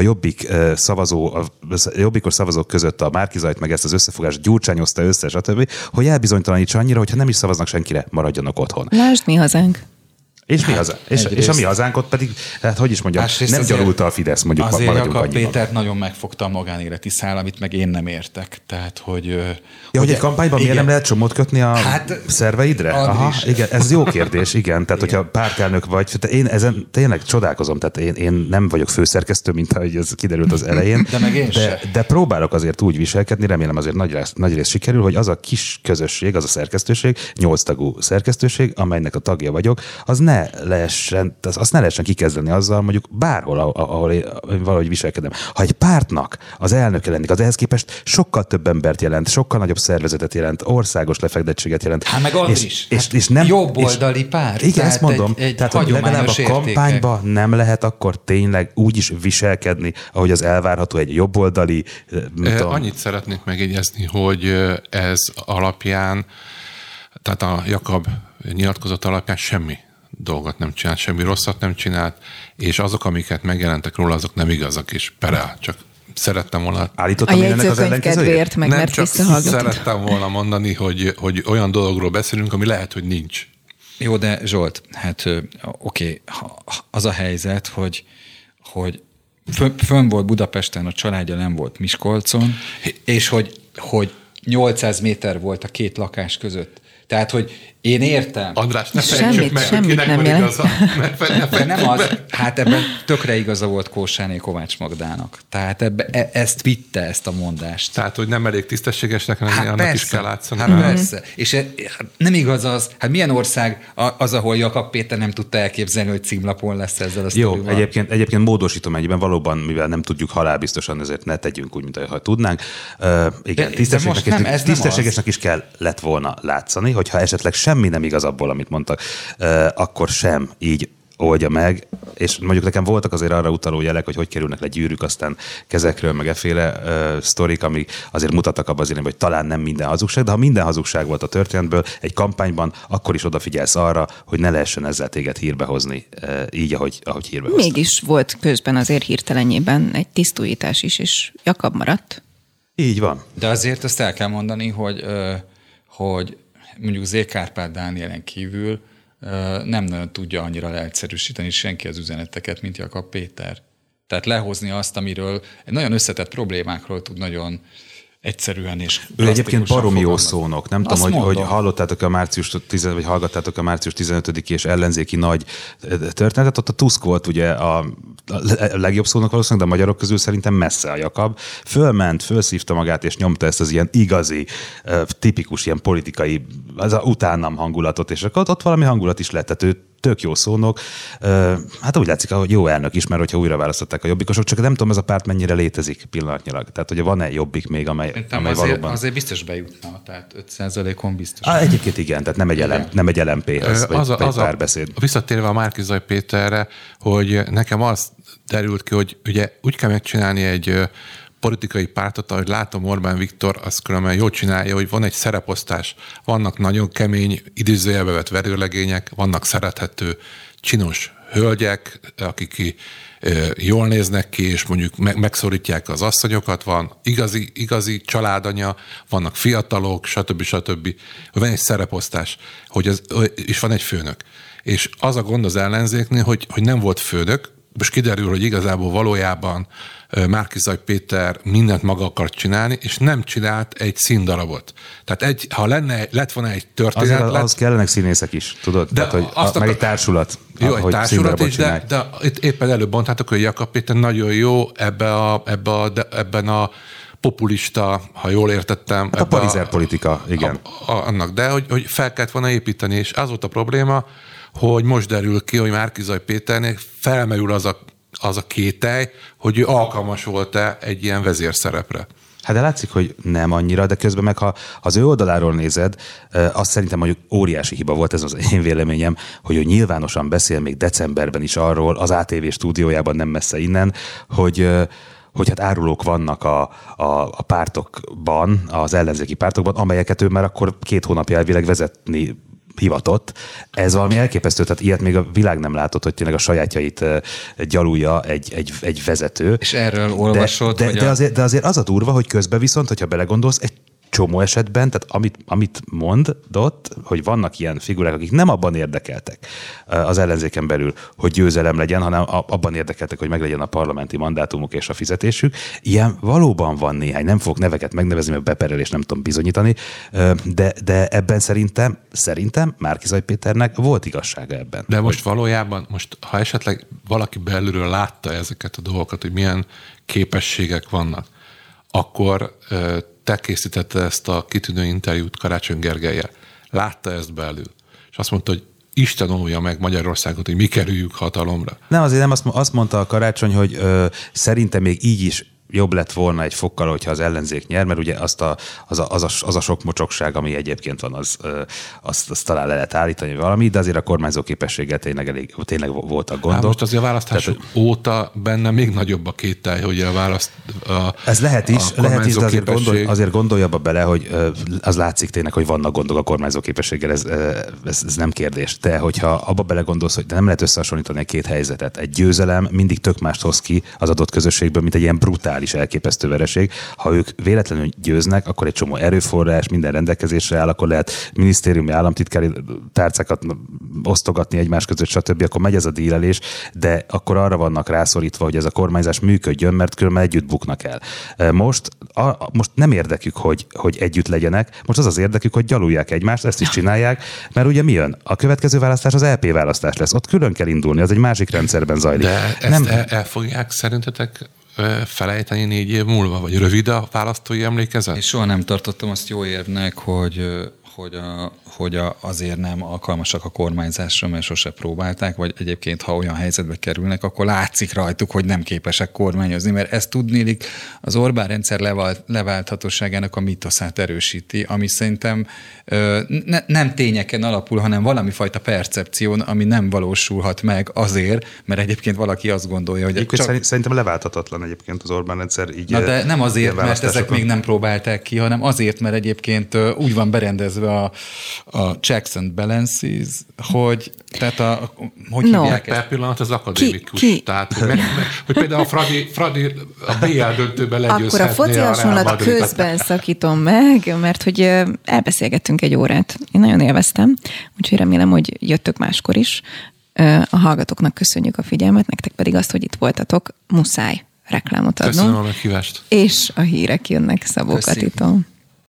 Speaker 3: jobbikos szavazók között a Márki-Zayt, meg ezt az összefogást gyurcsányozta össze, stb., hogy elbizonytalanítsa annyira, hogyha nem is szavaznak senkire, maradjanak otthon.
Speaker 2: Lásd, Mi hazánk.
Speaker 3: És mi hazánk? És a mi hazánkot pedig, hát hogy is mondjam, nem gyalulta a Fidesz, mondjuk
Speaker 5: maradjunk annyiban. Azért Jakab Pétert nagyon megfogta a magánéleti szál, amit meg én nem értek. Tehát, hogy
Speaker 3: hogy egy kampányban miért nem lehet csomót kötni a szerveidre? Aha, igen, ez jó kérdés, igen. Tehát, hogyha pártelnök vagy, én ezen tényleg csodálkozom, tehát én nem vagyok főszerkesztő, mint ahogy ez kiderült az elején.
Speaker 5: De meg én
Speaker 3: de próbálok azért úgy viselkedni, remélem azért nagy rész sikerül, hogy az a kis közösség, az a szerkesztőség, 8 tagú szerkesztőség, amelynek a tagja vagyok, az ne lehessen kikezdeni azzal, mondjuk bárhol, ahol én valahogy viselkedem. Ha egy pártnak az elnöke lennék, az ehhez képest sokkal több embert jelent, sokkal nagyobb szervezetet jelent, országos lefektettséget jelent.
Speaker 5: Hát meg az is.
Speaker 3: És nem
Speaker 5: jobboldali párt.
Speaker 3: Igen, ezt mondom. Tehát, hogy legalább a kampányban nem lehet akkor tényleg úgy is viselkedni, ahogy az elvárható egy jobboldali.
Speaker 4: Annyit szeretnék megjegyezni, hogy ez alapján, tehát a Jakab nyilatkozat alapján semmi dolgot nem csinált, semmi rosszat nem csinált, és azok, amiket megjelentek róla, azok nem igazak, és perel, csak szerettem volna...
Speaker 3: Állítottam mindennek az ellenkezőjét?
Speaker 2: Meg,
Speaker 4: nem, csak szerettem volna mondani, hogy olyan dologról beszélünk, ami lehet, hogy nincs.
Speaker 5: Jó, de Zsolt, hát oké, az a helyzet, hogy fönn volt Budapesten, a családja nem volt Miskolcon, és hogy 800 méter volt a 2 lakás között. Tehát, hogy én értem.
Speaker 4: András, ne fejtsük meg, hogy kinek van igaza.
Speaker 5: Nem az, hát ebben tökre igaza volt Kósáné Kovács Magdának. Tehát ezt vitte, ezt a mondást.
Speaker 4: Tehát, hogy nem elég tisztességesnek lenni, annak persze, is kell látszani.
Speaker 5: Hát persze. És nem igaz az, hát milyen ország az, ahol Jakab Péter nem tudta elképzelni, hogy címlapon lesz ezzel a sztorival.
Speaker 3: Jó, egyébként módosítom egyben, valóban, mivel nem tudjuk halálbiztosan, ezért ne tegyünk úgy, mintha tudnánk. Igen, tisztességesnek is lett volna látszani, hogyha esetleg semmi nem igaz abból, amit mondtak, akkor sem így oldja meg, és mondjuk nekem voltak azért arra utaló jelek, hogy kerülnek le gyűrűk, aztán kezekről, meg efféle sztorik, amik azért mutattak abban az irányban, hogy talán nem minden hazugság, de ha minden hazugság volt a történetből, egy kampányban, akkor is odafigyelsz arra, hogy ne lehessen ezzel téged hírbe hozni, így, ahogy hírbe hoztam.
Speaker 2: Mégis volt közben azért hirtelenjében egy tisztújítás is, és Jakab maradt.
Speaker 3: Így van.
Speaker 5: De azért azt el kell mondani, hogy mondjuk Z. Kárpát Dánielen kívül nem nagyon tudja annyira leegyszerűsíteni senki az üzeneteket, mint Jakab Péter. Tehát lehozni azt, amiről nagyon összetett problémákról tud nagyon egyszerűen és
Speaker 3: ő egyébként baromi jó szónok. Nem tudom, hogy hallottátok a március 10, vagy hallgattátok a március 15. és ellenzéki nagy történetet. Ott a Tusk volt ugye a legjobb szónok valószínűleg, de a magyarok közül szerintem messze a Jakab. Fölment, fölszívta magát, és nyomta ezt az ilyen igazi, tipikus ilyen politikai, az utánam hangulatot, és akkor ott valami hangulat is lett. Tehát ő tök jó szónok. Hát úgy látszik, hogy jó elnök is, mert hogyha újra választották a jobbikosok, csak nem tudom, ez a párt mennyire létezik pillanatnyilag. Tehát, hogy van-e jobbik még, amely valóban...
Speaker 5: Azért biztos bejutna, tehát 5%-on biztos.
Speaker 3: Egyébként igen, tehát nem egy LMP-hez, vagy egy párbeszéd.
Speaker 4: Visszatérve a Márki-Zay Péterre, hogy nekem az derült ki, hogy ugye úgy kell megcsinálni egy politikai pártot, ahogy látom Orbán Viktor, azt különben jól csinálja, hogy van egy szereposztás, vannak nagyon kemény, idézőjelbe vett verőlegények, vannak szerethető, csinos hölgyek, akik jól néznek ki, és mondjuk megszorítják az asszonyokat, van igazi családanya, vannak fiatalok, stb. Van egy szereposztás, és van egy főnök. És az a gond az ellenzéknél, hogy nem volt főnök, most kiderül, hogy igazából valójában Márki-Zay Péter mindent maga akart csinálni, és nem csinált egy színdarabot. Tehát ha lett volna egy történet...
Speaker 3: Az kellenek színészek is, tudod?
Speaker 4: De
Speaker 3: Tehát, meg egy társulat.
Speaker 4: Jó, egy társulat is, de itt éppen előbb mondtátok, hogy Jakab Péter nagyon jó ebben a populista, ha jól értettem.
Speaker 3: Hát a parizer politika, igen.
Speaker 4: Annak, de hogy fel kellett volna építeni, és az volt a probléma, hogy most derül ki, hogy Márki-Zay Péternek felmerül az a kételj, hogy ő alkalmas volt-e egy ilyen vezérszerepre.
Speaker 3: Hát de látszik, hogy nem annyira, de közben meg, ha az ő oldaláról nézed, azt szerintem mondjuk óriási hiba volt, ez az én véleményem, hogy ő nyilvánosan beszél még decemberben is arról, az ATV stúdiójában nem messze innen, hogy hát árulók vannak a pártokban, az ellenzéki pártokban, amelyeket ő már akkor 2 hónapja elvileg vezetni hivatott. Ez valami elképesztő, tehát ilyet még a világ nem látott, hogy tényleg a sajátjait gyalulja egy vezető.
Speaker 5: És erről olvasott,
Speaker 3: de azért az a durva, hogy közben viszont, hogyha belegondolsz, egy csomó esetben, tehát amit mondott, hogy vannak ilyen figurák, akik nem abban érdekeltek az ellenzéken belül, hogy győzelem legyen, hanem abban érdekeltek, hogy meglegyen a parlamenti mandátumuk és a fizetésük. Ilyen valóban van néhány, nem fogok neveket megnevezni, mert beperelés nem tudom bizonyítani, de ebben szerintem Márki-Zay Péternek volt igazsága ebben.
Speaker 4: De most valójában, ha esetleg valaki belülről látta ezeket a dolgokat, hogy milyen képességek vannak, akkor te készítette ezt a kitűnő interjút Karácsony Gergellyel. Látta ezt belül. És azt mondta, hogy Isten óvja meg Magyarországot, hogy mi kerüljük hatalomra.
Speaker 3: Nem, azért nem azt mondta a Karácsony, hogy szerintem még így is jobb lett volna egy fokkal, hogyha az ellenzék nyer, mert ugye az a sok mocsokság, ami egyébként van, azt talán le lehet állítani valami, de azért a kormányzó képességgel tényleg voltak gondok.
Speaker 4: Most azért a választások óta benne még nagyobb a kételj, hogy
Speaker 3: ez lehet is, de azért gondolj abba bele, hogy az látszik tényleg, hogy vannak gondok a kormányzó képességgel, ez nem kérdés. De hogyha abba belegondolsz, hogy nem lehet összehasonlítani a 2 helyzetet. Egy győzelem mindig tök mást hoz ki az adott közösségből, mint egy ilyen brutális, elképesztő vereség. Ha ők véletlenül győznek, akkor egy csomó erőforrás, minden rendelkezésre áll, akkor lehet minisztériumi, államtitkári tárcákat osztogatni egymás között, stb. Akkor megy ez a dílelés, de akkor arra vannak rászorítva, hogy ez a kormányzás működjön, mert különben együtt buknak el. Most nem érdekük, hogy együtt legyenek, most az érdekük, hogy gyalulják egymást, ezt is csinálják, mert ugye mi jön? A következő választás az LP választás lesz. Ott külön kell indulni, az egy másik rendszerben zajlik.
Speaker 4: De ezt el fogják szerintetek felejteni 4 év múlva, vagy rövid a választói emlékezet?
Speaker 5: És soha nem tartottam azt jó érvnek, hogy azért nem alkalmasak a kormányzásra, mert sose próbálták, vagy egyébként, ha olyan helyzetbe kerülnek, akkor látszik rajtuk, hogy nem képesek kormányozni, mert ezt tudnélik az Orbán rendszer leválthatóságának a mitoszát erősíti, ami szerintem nem tényeken alapul, hanem valami fajta percepción, ami nem valósulhat meg azért, mert egyébként valaki azt gondolja, hogy
Speaker 3: Szerintem leválthatatlan egyébként az Orbán rendszer. Így
Speaker 5: na de nem azért, mert ezek még nem próbálták ki, hanem azért, mert egyébként úgy van berendezve a checks and balances, hogy tehát hogy hívják
Speaker 4: per pillanat az akadémikus. Tehát, hogy például a Fradi a BL döntőben legyőzhetné.
Speaker 2: Akkor a foci hasonlat közben szakítom meg, mert hogy elbeszélgettünk egy órát. Én nagyon élveztem, úgyhogy remélem, hogy jöttök máskor is. A hallgatóknak köszönjük a figyelmet, nektek pedig azt, hogy itt voltatok. Muszáj reklámot adnunk.
Speaker 4: Köszönöm a meghívást.
Speaker 2: És a hírek jönnek Szabó Katitól.